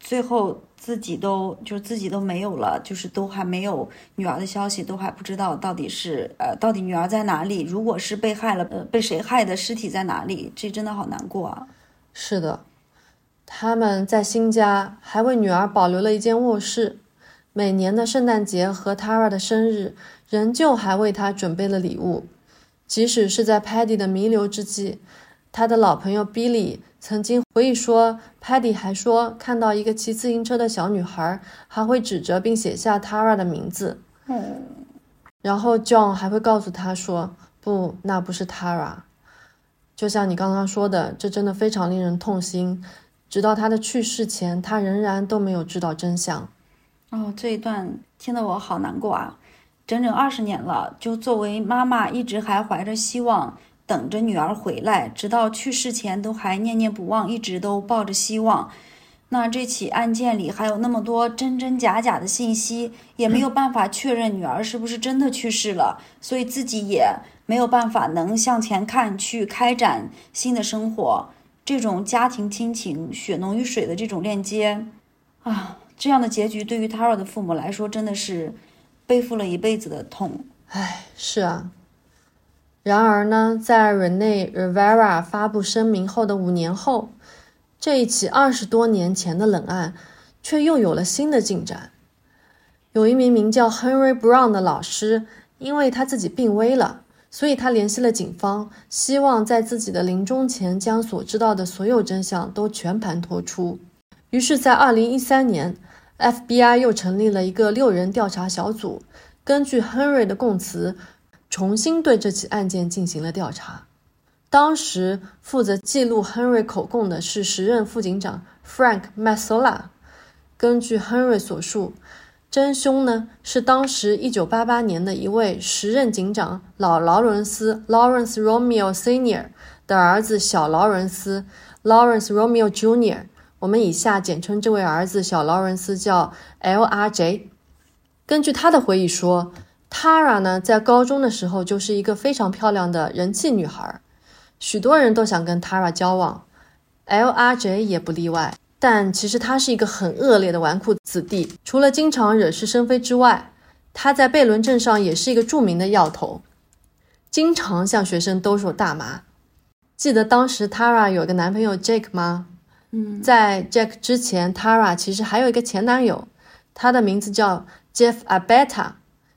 Speaker 2: 最后自己都就自己都没有了，就是都还没有女儿的消息，都还不知道到底是呃到底女儿在哪里，如果是被害了，呃被谁害的，尸体在哪里，这真的好难过啊。
Speaker 1: 是的，他们在新家还为女儿保留了一间卧室，每年的圣诞节和 Tara 的生日仍旧还为她准备了礼物。即使是在 Paddy 的弥留之际，他的老朋友 Billy 曾经回忆说 Paddy 还说看到一个骑自行车的小女孩还会指着并写下 Tara 的名字。
Speaker 2: 嗯，
Speaker 1: 然后 John 还会告诉他说不，那不是 Tara。 就像你刚刚说的，这真的非常令人痛心，直到他的去世前，他仍然都没有知道真相。
Speaker 2: 哦，这一段听得我好难过啊！整整二十年了，就作为妈妈一直还怀着希望，等着女儿回来，直到去世前都还念念不忘，一直都抱着希望。那这起案件里还有那么多真真假假的信息，也没有办法确认女儿是不是真的去世了，所以自己也没有办法能向前看，去开展新的生活。这种家庭亲情血浓于水的这种链接啊，这样的结局对于 Tara 的父母来说真的是背负了一辈子的痛。
Speaker 1: 唉，是啊。然而呢，在 Renee Rivera 发布声明后的五年后，这一起二十多年前的冷案却又有了新的进展。有一名名叫 Henry Brown 的老师，因为他自己病危了，所以他联系了警方，希望在自己的临终前将所知道的所有真相都全盘托出。于是在二零一三年 F B I 又成立了一个六人调查小组，根据 Henry 的供词重新对这起案件进行了调查。当时负责记录 Henry 口供的是时任副警长 Frank Mazzola。 根据 Henry 所述，真凶呢是当时一九八八年的一位时任警长老劳伦斯 Lawrence Romeo Senior 的儿子小劳伦斯 Lawrence Romeo Junior。 我们以下简称这位儿子小劳伦斯叫 L R J。 根据他的回忆说， Tara 呢在高中的时候就是一个非常漂亮的人气女孩，许多人都想跟 Tara 交往， L R J 也不例外。但其实他是一个很恶劣的纨绔子弟，除了经常惹是生非之外，他在贝伦镇上也是一个著名的药头，经常向学生兜售大麻。记得当时 Tara 有个男朋友 Jake 吗？
Speaker 2: 嗯，
Speaker 1: 在 Jake 之前 Tara 其实还有一个前男友，他的名字叫 Jeff Abeta。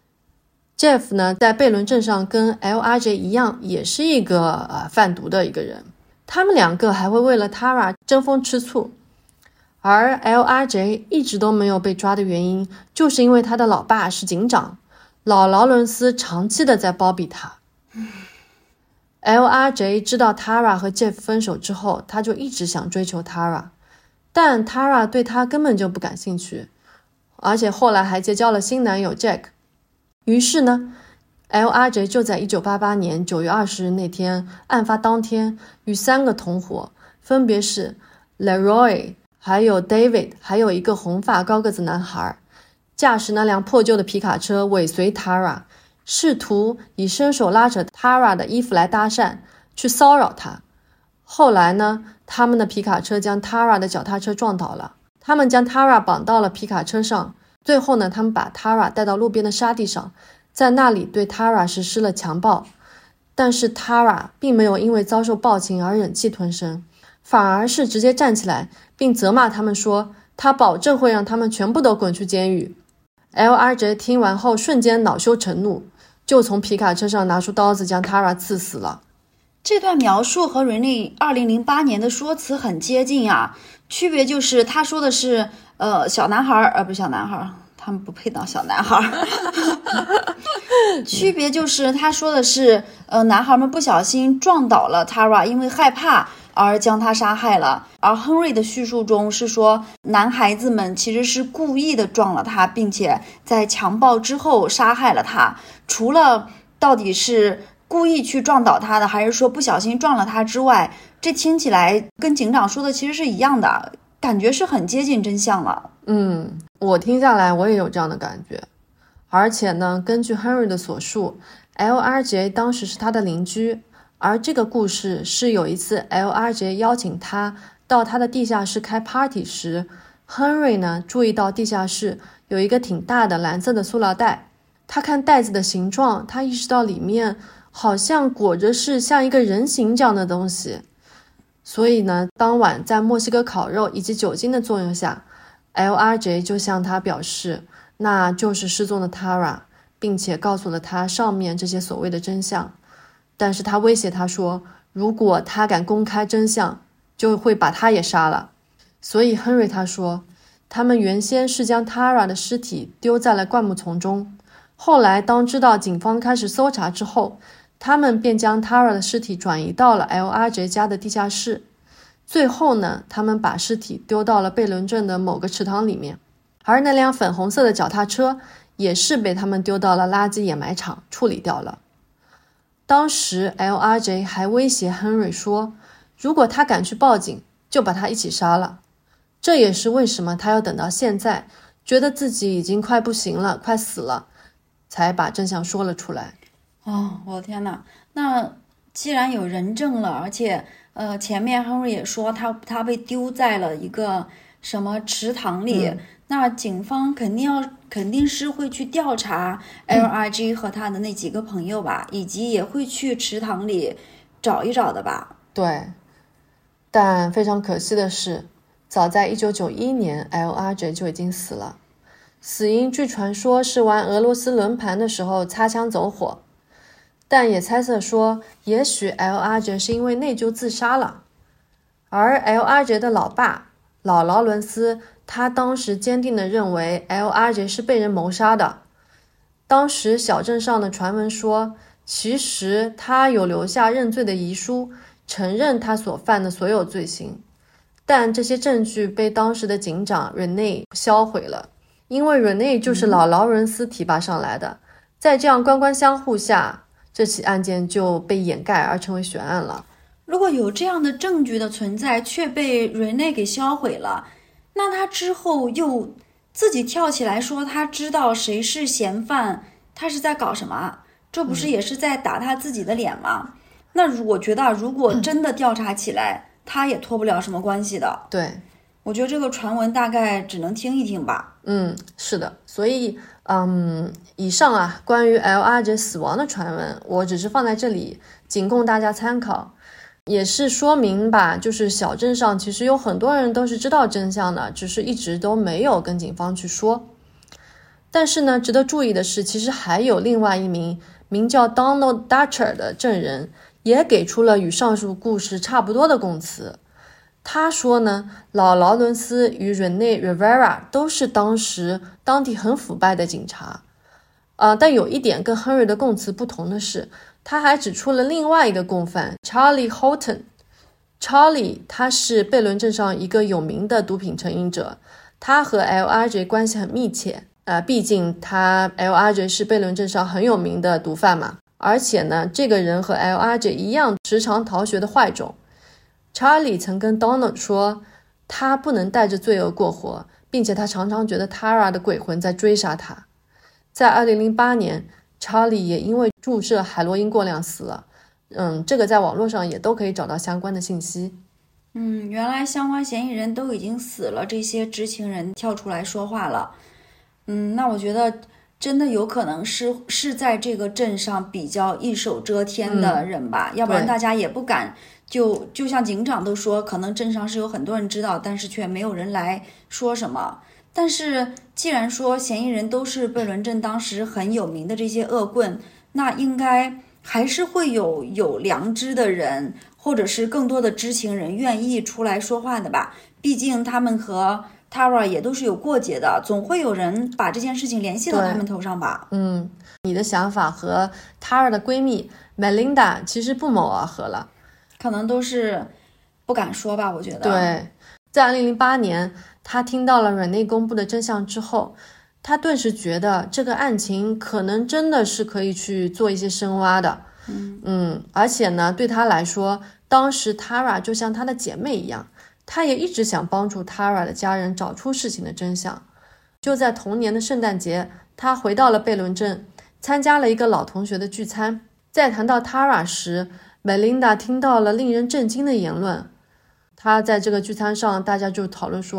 Speaker 1: Jeff 呢在贝伦镇上跟 L R J 一样，也是一个呃贩毒的一个人，他们两个还会为了 Tara 争风吃醋。而 L R J 一直都没有被抓的原因，就是因为他的老爸是警长，老劳伦斯长期的在包庇他。L R J 知道 Tara 和 Jeff 分手之后，他就一直想追求 Tara， 但 Tara 对他根本就不感兴趣，而且后来还结交了新男友 Jack。 于是呢 L R J 就在一九八八年九月二十日那天，案发当天，与三个同伙，分别是 Leroy，还有 David， 还有一个红发高个子男孩，驾驶那辆破旧的皮卡车尾随 Tara， 试图以伸手拉扯 Tara 的衣服来搭讪，去骚扰她。后来呢，他们的皮卡车将 Tara 的脚踏车撞倒了，他们将 Tara 绑到了皮卡车上，最后呢，他们把 Tara 带到路边的沙地上，在那里对 Tara 实施了强暴。但是 Tara 并没有因为遭受暴行而忍气吞声，反而是直接站起来并责骂他们说，他保证会让他们全部都滚去监狱。 L R J 听完后瞬间恼羞成怒，就从皮卡车上拿出刀子将 Tara 刺死了。
Speaker 2: 这段描述和人类二零零八年的说辞很接近啊，区别就是他说的是呃小男孩，呃不是小男孩，他们不配当小男孩区别就是他说的是呃男孩们不小心撞倒了 Tara， 因为害怕而将他杀害了。而亨瑞的叙述中是说男孩子们其实是故意的撞了他，并且在强暴之后杀害了他。除了到底是故意去撞倒他的，还是说不小心撞了他之外，这听起来跟警长说的其实是一样的，感觉是很接近真相了。
Speaker 1: 嗯，我听下来我也有这样的感觉。而且呢，根据 Henry 的所述， L R J 当时是他的邻居，而这个故事是有一次 L R J 邀请他到他的地下室开 party 时 Henry 呢注意到地下室有一个挺大的蓝色的塑料袋，他看袋子的形状，他意识到里面好像裹着是像一个人形这样的东西。所以呢，当晚在墨西哥烤肉以及酒精的作用下， L R J 就向他表示那就是失踪的 Tara， 并且告诉了他上面这些所谓的真相。但是他威胁他说，如果他敢公开真相，就会把他也杀了。所以 Henry 他说，他们原先是将 Tara 的尸体丢在了灌木丛中，后来当知道警方开始搜查之后，他们便将 Tara 的尸体转移到了 L R J 家的地下室。最后呢，他们把尸体丢到了贝伦镇的某个池塘里面，而那辆粉红色的脚踏车也是被他们丢到了垃圾掩埋场处理掉了。当时 L R J 还威胁 Henry 说，如果他敢去报警，就把他一起杀了。这也是为什么他要等到现在，觉得自己已经快不行了，快死了，才把真相说了出来。
Speaker 2: 哦，我的天哪！那既然有人证了，而且呃，前面 Henry 也说他他被丢在了一个什么池塘里，嗯、那警方肯定要肯定是会去调查 L R J 和他的那几个朋友吧，嗯、以及也会去池塘里找一找的吧。
Speaker 1: 对，但非常可惜的是，早在一九九一年 L R J 就已经死了，死因据传说是玩俄罗斯轮盘的时候擦枪走火，但也猜测说也许 L R J 是因为内疚自杀了。而 L R J 的老爸老劳伦斯，他当时坚定地认为 L R J 是被人谋杀的。当时小镇上的传闻说，其实他有留下认罪的遗书，承认他所犯的所有罪行，但这些证据被当时的警长 Rene 销毁了，因为 Rene 就是老劳伦斯提拔上来的。在这样官官相护下，这起案件就被掩盖而成为悬案了。
Speaker 2: 如果有这样的证据的存在，却被 Rene 给销毁了，那他之后又自己跳起来说他知道谁是嫌犯，他是在搞什么？这不是也是在打他自己的脸吗？嗯、那我觉得如果真的调查起来，嗯、他也脱不了什么关系的。
Speaker 1: 对，
Speaker 2: 我觉得这个传闻大概只能听一听吧。
Speaker 1: 嗯，是的，所以嗯，以上啊关于 L R J 死亡的传闻，我只是放在这里仅供大家参考，也是说明吧，就是小镇上其实有很多人都是知道真相的，只是一直都没有跟警方去说。但是呢，值得注意的是，其实还有另外一名名叫 Donald Dutcher 的证人，也给出了与上述故事差不多的供词。他说呢，老劳伦斯与 Rene Rivera 都是当时当地很腐败的警察。呃，但有一点跟 Henry 的供词不同的是，他还指出了另外一个共犯 Charlie Houghton。Charlie 他是贝伦镇上一个有名的毒品成瘾者，他和 L R J 关系很密切。呃，毕竟他 L R J 是贝伦镇上很有名的毒贩嘛，而且呢，这个人和 L R J 一样时常逃学的坏种。Charlie 曾跟 Donald 说，他不能带着罪恶过活，并且他常常觉得 Tara 的鬼魂在追杀他。在二零零八年 Charlie 也因为注射海洛因过量死了。嗯，这个在网络上也都可以找到相关的信息。
Speaker 2: 嗯，原来相关嫌疑人都已经死了，这些知情人跳出来说话了。嗯，那我觉得真的有可能是是在这个镇上比较一手遮天的人吧，嗯、要不然大家也不敢就就像警长都说，可能镇上是有很多人知道，但是却没有人来说什么。但是既然说嫌疑人都是贝伦镇当时很有名的这些恶棍，那应该还是会有有良知的人，或者是更多的知情人愿意出来说话的吧。毕竟他们和Tara 也都是有过节的，总会有人把这件事情联系到他们头上吧。
Speaker 1: 嗯，你的想法和 Tara 的闺蜜 Melinda 其实不谋而合了，
Speaker 2: 可能都是不敢说吧，我觉得。
Speaker 1: 对，在二零零八年她听到了 Rene 公布的真相之后，她顿时觉得这个案情可能真的是可以去做一些深挖的。
Speaker 2: 嗯
Speaker 1: 嗯，而且呢，对她来说，当时 Tara 就像她的姐妹一样，她也一直想帮助 Tara 的家人找出事情的真相。就在同年的圣诞节，她回到了贝伦镇，参加了一个老同学的聚餐。在谈到 Tara 时， Melinda 听到了令人震惊的言论。她在这个聚餐上，大家就讨论说，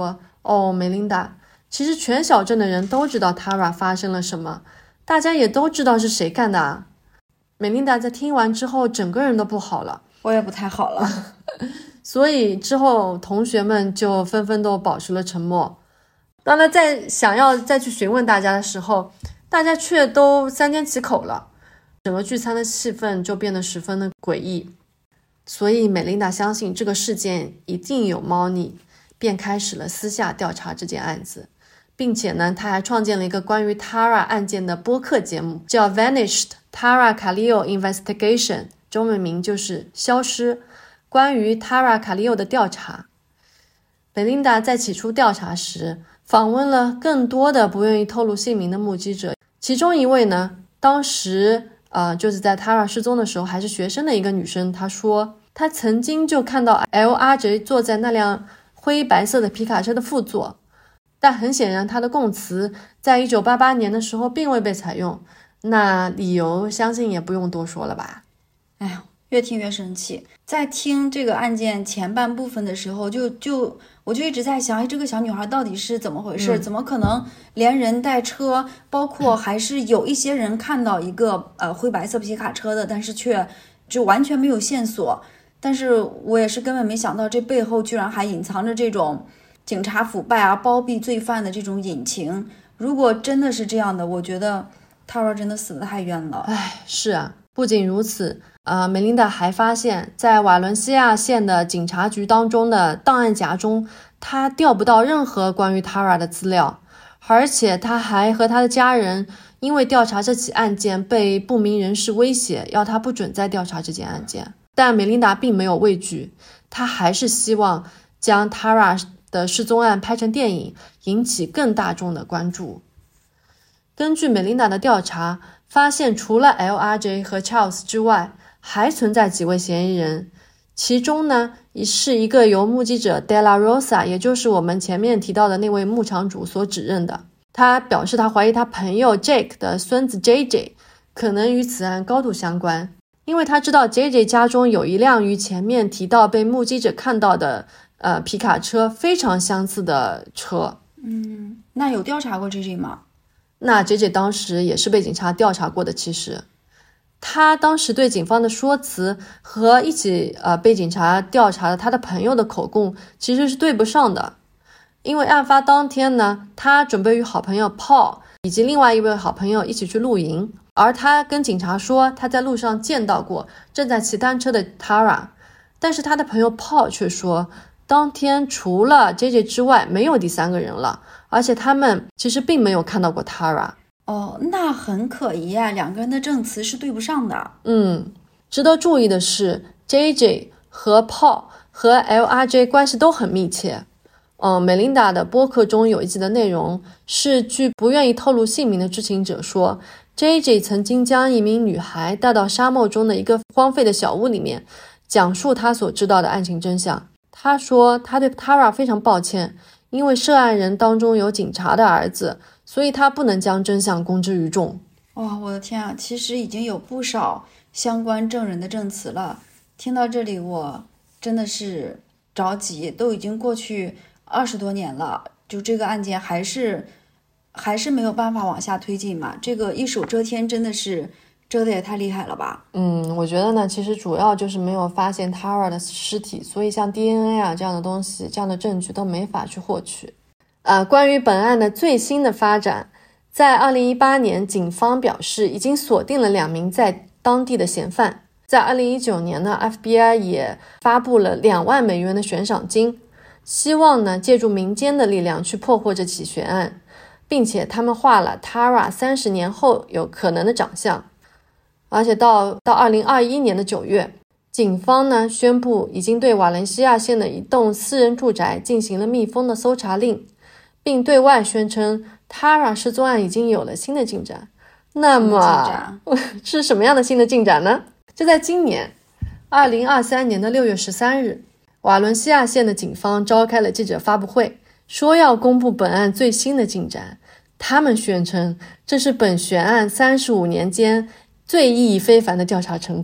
Speaker 1: 哦，梅琳达，其实全小镇的人都知道 Tara 发生了什么，大家也都知道是谁干的啊。梅琳达在听完之后整个人都不好了。
Speaker 2: 我也不太好了。
Speaker 1: 所以之后同学们就纷纷都保持了沉默。当他在想要再去询问大家的时候，大家却都三缄其口了，整个聚餐的气氛就变得十分的诡异。所以美琳达相信这个事件一定有猫腻，便开始了私下调查这件案子，并且呢，他还创建了一个关于 Tara 案件的播客节目，叫 Vanished Tara Khalil Investigation， 中文名就是消失，关于 Tara Khalil 的调查。美琳达在起初调查时访问了更多的不愿意透露姓名的目击者，其中一位呢，当时呃，就是在 Tara 失踪的时候还是学生的一个女生，她说她曾经就看到 L R J 坐在那辆灰白色的皮卡车的副座，但很显然她的供词在一九八八年的时候并未被采用，那理由相信也不用多说了吧。
Speaker 2: 哎呀，越听越生气。在听这个案件前半部分的时候，就就我就一直在想，哎，这个小女孩到底是怎么回事？嗯、怎么可能连人带车，包括还是有一些人看到一个呃灰白色皮卡车的，但是却就完全没有线索。但是我也是根本没想到，这背后居然还隐藏着这种警察腐败啊、包庇罪犯的这种隐情。如果真的是这样的，我觉得 Tara 真的死得太冤了。
Speaker 1: 哎，是啊。不仅如此，呃，梅琳达还发现，在瓦伦西亚县的警察局当中的档案夹中，他调不到任何关于 Tara 的资料，而且他还和他的家人因为调查这起案件被不明人士威胁，要他不准再调查这件案件。但梅琳达并没有畏惧，他还是希望将 Tara 的失踪案拍成电影，引起更大众的关注。根据梅琳达的调查，发现除了 L R J 和 Charles 之外，还存在几位嫌疑人，其中呢是一个由目击者 Della Rosa， 也就是我们前面提到的那位牧场主所指认的。他表示他怀疑他朋友 Jake 的孙子 J J 可能与此案高度相关，因为他知道 J J 家中有一辆与前面提到被目击者看到的呃皮卡车非常相似的车。
Speaker 2: 嗯，那有调查过 J J 吗？
Speaker 1: 那 J J 当时也是被警察调查过的。其实他当时对警方的说辞和一起呃被警察调查的他的朋友的口供其实是对不上的。因为案发当天呢，他准备与好朋友 Paul 以及另外一位好朋友一起去露营，而他跟警察说他在路上见到过正在骑单车的 Tara， 但是他的朋友 Paul 却说当天除了 J J 之外没有第三个人了，而且他们其实并没有看到过 Tara。
Speaker 2: 哦，那很可疑啊，两个人的证词是对不上的。
Speaker 1: 嗯，值得注意的是 J J 和 Paul 和 L R J 关系都很密切。嗯，美琳达的播客中有一集的内容是据不愿意透露姓名的知情者说， J J 曾经将一名女孩带到沙漠中的一个荒废的小屋里面，讲述他所知道的案情真相。他说他对 Tara 非常抱歉，因为涉案人当中有警察的儿子，所以他不能将真相公之于众。
Speaker 2: 哇、哦，我的天啊，其实已经有不少相关证人的证词了。听到这里我真的是着急，都已经过去二十多年了，就这个案件还是还是没有办法往下推进嘛。这个一手遮天真的是遮的也太厉害了吧。
Speaker 1: 嗯，我觉得呢，其实主要就是没有发现 Tara 的尸体，所以像 D N A 啊这样的东西，这样的证据都没法去获取。呃，关于本案的最新的发展，在二零一八年，警方表示已经锁定了两名在当地的嫌犯。在二零一九年呢 ，F B I 也发布了两万美元的悬赏金，希望呢借助民间的力量去破获这起悬案，并且他们画了 Tara 三十年后有可能的长相。而且到到二零二一年的九月，警方呢宣布已经对瓦伦西亚县的一栋私人住宅进行了密封的搜查令，并对外宣称 Tara 失踪案已经有了新的进展。那么是什么样的新的进展呢？就在今年二零二三年的六月十三日，瓦伦西亚县的警方召开了记者发布会，说要公布本案最新的进展。他们宣称这是本悬案三十五年间最意义非凡的调查成果。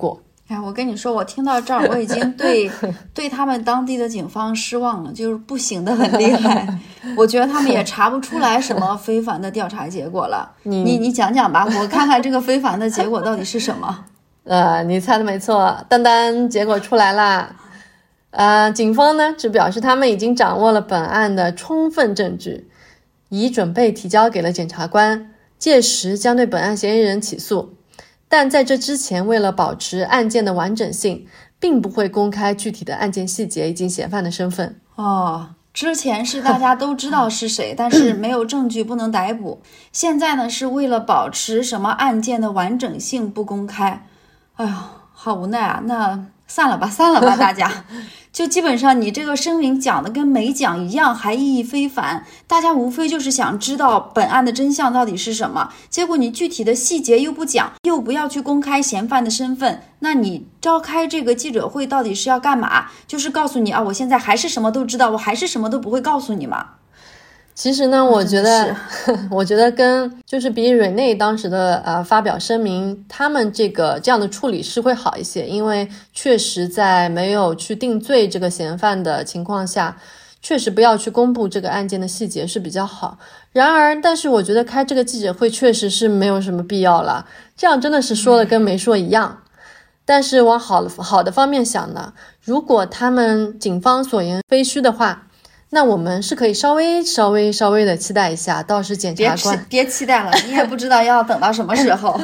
Speaker 2: 哎，我跟你说，我听到这儿，我已经对对他们当地的警方失望了，就是不行的很厉害。我觉得他们也查不出来什么非凡的调查结果了。你你你讲讲吧，我看看这个非凡的结果到底是什么。
Speaker 1: 呃，你猜的没错，当当，结果出来啦。呃，警方呢只表示他们已经掌握了本案的充分证据，已准备提交给了检察官，届时将对本案嫌疑人起诉。但在这之前，为了保持案件的完整性，并不会公开具体的案件细节以及嫌犯的身份。
Speaker 2: 哦，之前是大家都知道是谁，但是没有证据不能逮捕。现在呢，是为了保持什么案件的完整性不公开。哎呀，好无奈啊！那散了吧，散了吧，大家。就基本上你这个声明讲的跟没讲一样，还意义非凡。大家无非就是想知道本案的真相到底是什么，结果你具体的细节又不讲，又不要去公开嫌犯的身份，那你召开这个记者会到底是要干嘛？就是告诉你啊，我现在还是什么都知道，我还是什么都不会告诉你嘛。
Speaker 1: 其实呢，我觉得，我觉得跟就是比瑞内当时的呃发表声明，他们这个这样的处理是会好一些，因为确实在没有去定罪这个嫌犯的情况下，确实不要去公布这个案件的细节是比较好。然而，但是我觉得开这个记者会确实是没有什么必要了，这样真的是说了跟没说一样。但是往好的好的方面想呢，如果他们警方所言非虚的话，那我们是可以稍微稍微稍微的期待一下，到时检察官
Speaker 2: 别别期待了，你也不知道要等到什么时候。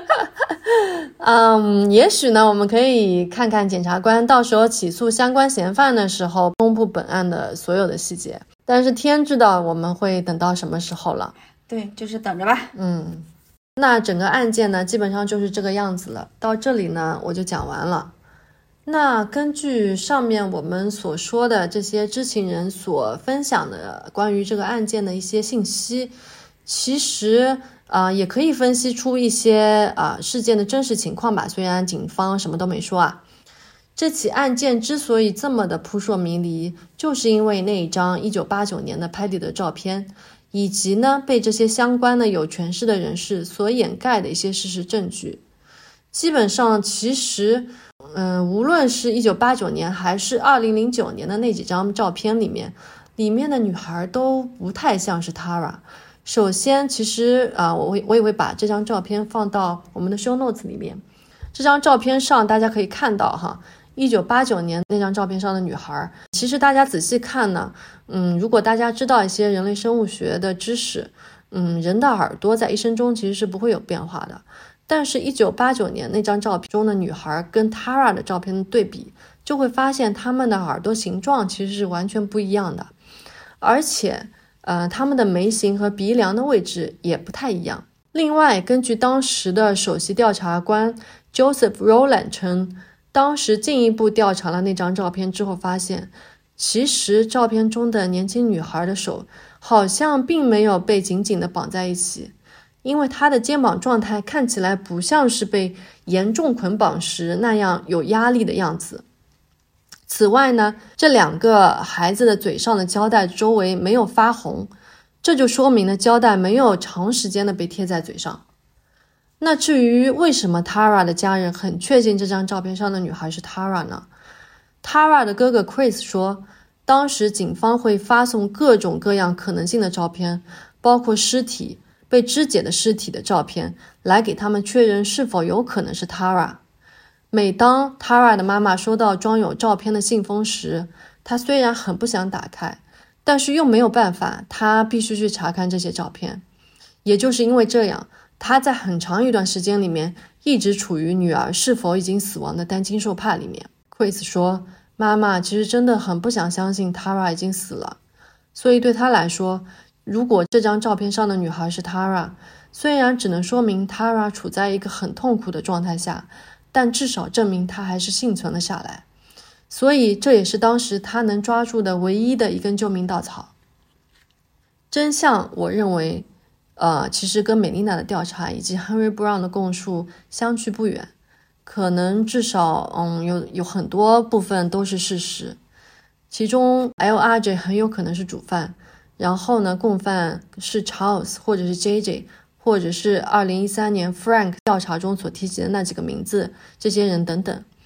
Speaker 1: 嗯，也许呢，我们可以看看检察官到时候起诉相关嫌犯的时候，公布本案的所有的细节。但是天知道我们会等到什么时候了。
Speaker 2: 对，就是等着吧。
Speaker 1: 嗯，那整个案件呢，基本上就是这个样子了。到这里呢，我就讲完了。那根据上面我们所说的这些知情人所分享的关于这个案件的一些信息，其实啊、呃、也可以分析出一些啊、呃、事件的真实情况吧。虽然警方什么都没说啊，这起案件之所以这么的扑朔迷离，就是因为那一张一九八九年的拍立得照片，以及呢被这些相关的有权势的人士所掩盖的一些事实证据。基本上其实嗯，无论是一九八九年还是二零零九年的那几张照片里面，里面的女孩都不太像是 Tara。首先，其实啊、呃，我会我也会把这张照片放到我们的 show notes 里面。这张照片上大家可以看到哈，一九八九年那张照片上的女孩，其实大家仔细看呢，嗯，如果大家知道一些人类生物学的知识，嗯，人的耳朵在一生中其实是不会有变化的。但是一九八九年那张照片中的女孩跟 Tara 的照片的对比，就会发现她们的耳朵形状其实是完全不一样的，而且呃，她们的眉形和鼻梁的位置也不太一样。另外，根据当时的首席调查官 Joseph Rowland 称，当时进一步调查了那张照片之后发现，其实照片中的年轻女孩的手好像并没有被紧紧地绑在一起，因为她的肩膀状态看起来不像是被严重捆绑时那样有压力的样子。此外呢，这两个孩子的嘴上的胶带周围没有发红，这就说明了胶带没有长时间的被贴在嘴上。那至于为什么 Tara 的家人很确信这张照片上的女孩是 Tara 呢？ Tara 的哥哥 Chris 说，当时警方会发送各种各样可能性的照片，包括尸体、被肢解的尸体的照片，来给他们确认是否有可能是 Tara。 每当 Tara 的妈妈收到装有照片的信封时，她虽然很不想打开，但是又没有办法，她必须去查看这些照片。也就是因为这样，她在很长一段时间里面一直处于女儿是否已经死亡的担惊受怕里面。 Chris 说，妈妈其实真的很不想相信 Tara 已经死了，所以对她来说，如果这张照片上的女孩是 Tara， 虽然只能说明 Tara 处在一个很痛苦的状态下，但至少证明她还是幸存了下来。所以这也是当时她能抓住的唯一的一根救命稻草。真相我认为呃，其实跟美丽娜的调查以及 Henry Brown 的供述相去不远，可能至少嗯有有很多部分都是事实。其中 L R J 很有可能是主犯，然后呢，共犯是 Charles 或者是 J J， 或者是二零一三年 Frank 调查中所提及的那几个名字，这些人等等。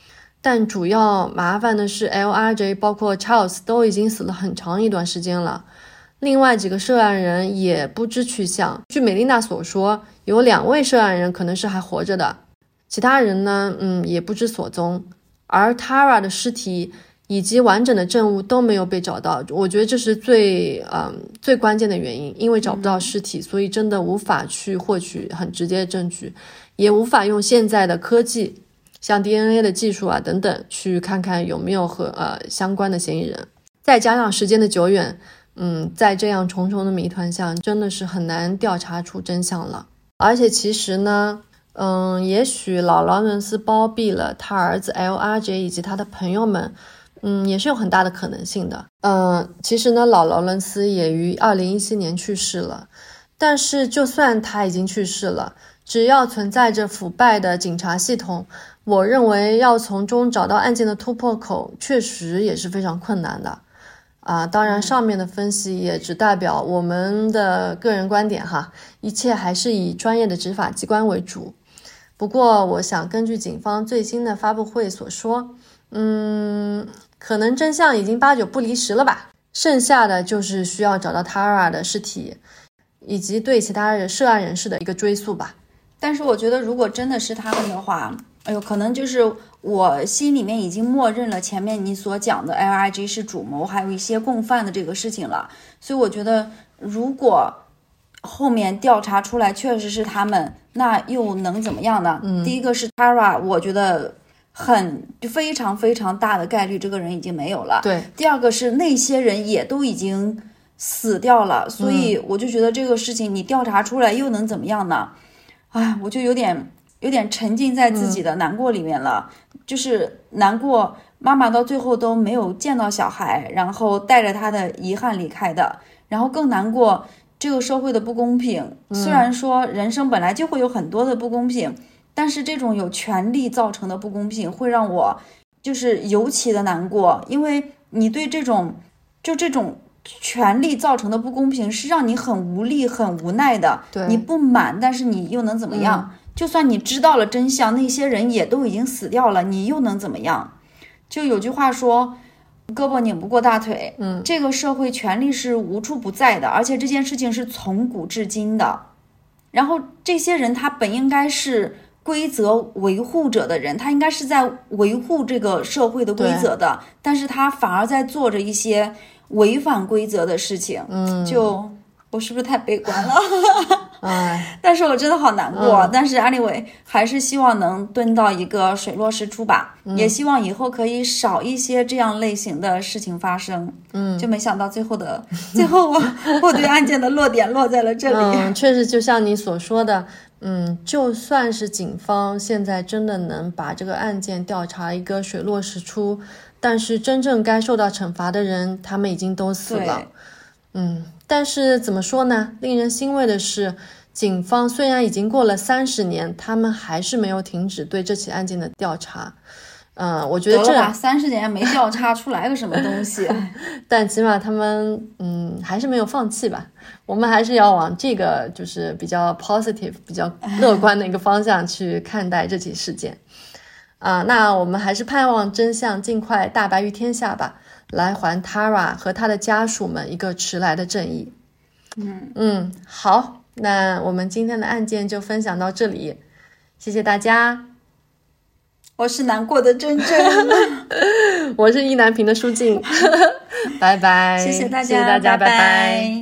Speaker 1: 但主要麻烦的是 L R J 包括 Charles 都已经死了很长一段时间了，另外几个涉案人也不知去向。据美丽娜所说，有两位涉案人可能是还活着的，其他人呢，嗯，也不知所踪。而 Tara 的尸体以及完整的证物都没有被找到，我觉得这是最嗯最关键的原因，因为找不到尸体，所以真的无法去获取很直接的证据，也无法用现在的科技，像 D N A 的技术啊等等，去看看有没有和呃相关的嫌疑人。再加上时间的久远，嗯，在这样重重的谜团下，真的是很难调查出真相了。而且其实呢。嗯，也许老劳伦斯包庇了他儿子 L R J 以及他的朋友们，嗯，也是有很大的可能性的。嗯，其实呢，老劳伦斯也于二零一七年去世了，但是就算他已经去世了，只要存在着腐败的警察系统，我认为要从中找到案件的突破口，确实也是非常困难的。啊，当然上面的分析也只代表我们的个人观点哈，一切还是以专业的执法机关为主。不过我想根据警方最新的发布会所说，嗯，可能真相已经八九不离十了吧，剩下的就是需要找到 Tara 的尸体，以及对其他的涉案人士的一个追诉吧。
Speaker 2: 但是我觉得如果真的是他们的话，哎呦，可能就是我心里面已经默认了前面你所讲的 L R J 是主谋，还有一些共犯的这个事情了，所以我觉得如果后面调查出来确实是他们，那又能怎么样呢？嗯，第一个是 Tara， 我觉得很非常非常大的概率这个人已经没有了。
Speaker 1: 对，
Speaker 2: 第二个是那些人也都已经死掉了，所以我就觉得这个事情你调查出来又能怎么样呢？哎，我就有点有点沉浸在自己的难过里面了，嗯、就是难过妈妈到最后都没有见到小孩，然后带着他的遗憾离开的，然后更难过这个社会的不公平。虽然说人生本来就会有很多的不公平，嗯、但是这种有权力造成的不公平会让我就是尤其的难过，因为你对这种就这种权力造成的不公平是让你很无力很无奈的。
Speaker 1: 对，
Speaker 2: 你不满，但是你又能怎么样？嗯、就算你知道了真相，那些人也都已经死掉了，你又能怎么样？就有句话说胳膊拧不过大腿。
Speaker 1: 嗯，
Speaker 2: 这个社会权力是无处不在的，而且这件事情是从古至今的。然后这些人他本应该是规则维护者的人，他应该是在维护这个社会的规则的，但是他反而在做着一些违反规则的事情。
Speaker 1: 嗯，
Speaker 2: 就我是不是太悲观了？
Speaker 1: 哎，
Speaker 2: 但是我真的好难过。嗯、但是 anyway 还是希望能蹲到一个水落石出吧。嗯、也希望以后可以少一些这样类型的事情发生。
Speaker 1: 嗯，
Speaker 2: 就没想到最后的最后我我对案件的落点落在了这里。
Speaker 1: 嗯，确实就像你所说的，嗯，就算是警方现在真的能把这个案件调查一个水落石出，但是真正该受到惩罚的人他们已经都死了。嗯，但是怎么说呢？令人欣慰的是，警方虽然已经过了三十年，他们还是没有停止对这起案件的调查。嗯、呃，我觉得这
Speaker 2: 三十年没调查出来个什么东西，
Speaker 1: 但起码他们嗯还是没有放弃吧。我们还是要往这个就是比较 positive、比较乐观的一个方向去看待这起事件。啊、呃，那我们还是盼望真相尽快大白于天下吧。来还 Tara 和他的家属们一个迟来的正义。
Speaker 2: 嗯
Speaker 1: 嗯，好，那我们今天的案件就分享到这里，谢谢大家。
Speaker 2: 我是难过的真真，
Speaker 1: 我是意难平的舒静，拜拜。
Speaker 2: 谢谢大家，
Speaker 1: 谢谢大家，拜拜。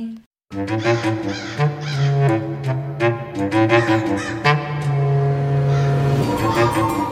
Speaker 2: 拜拜。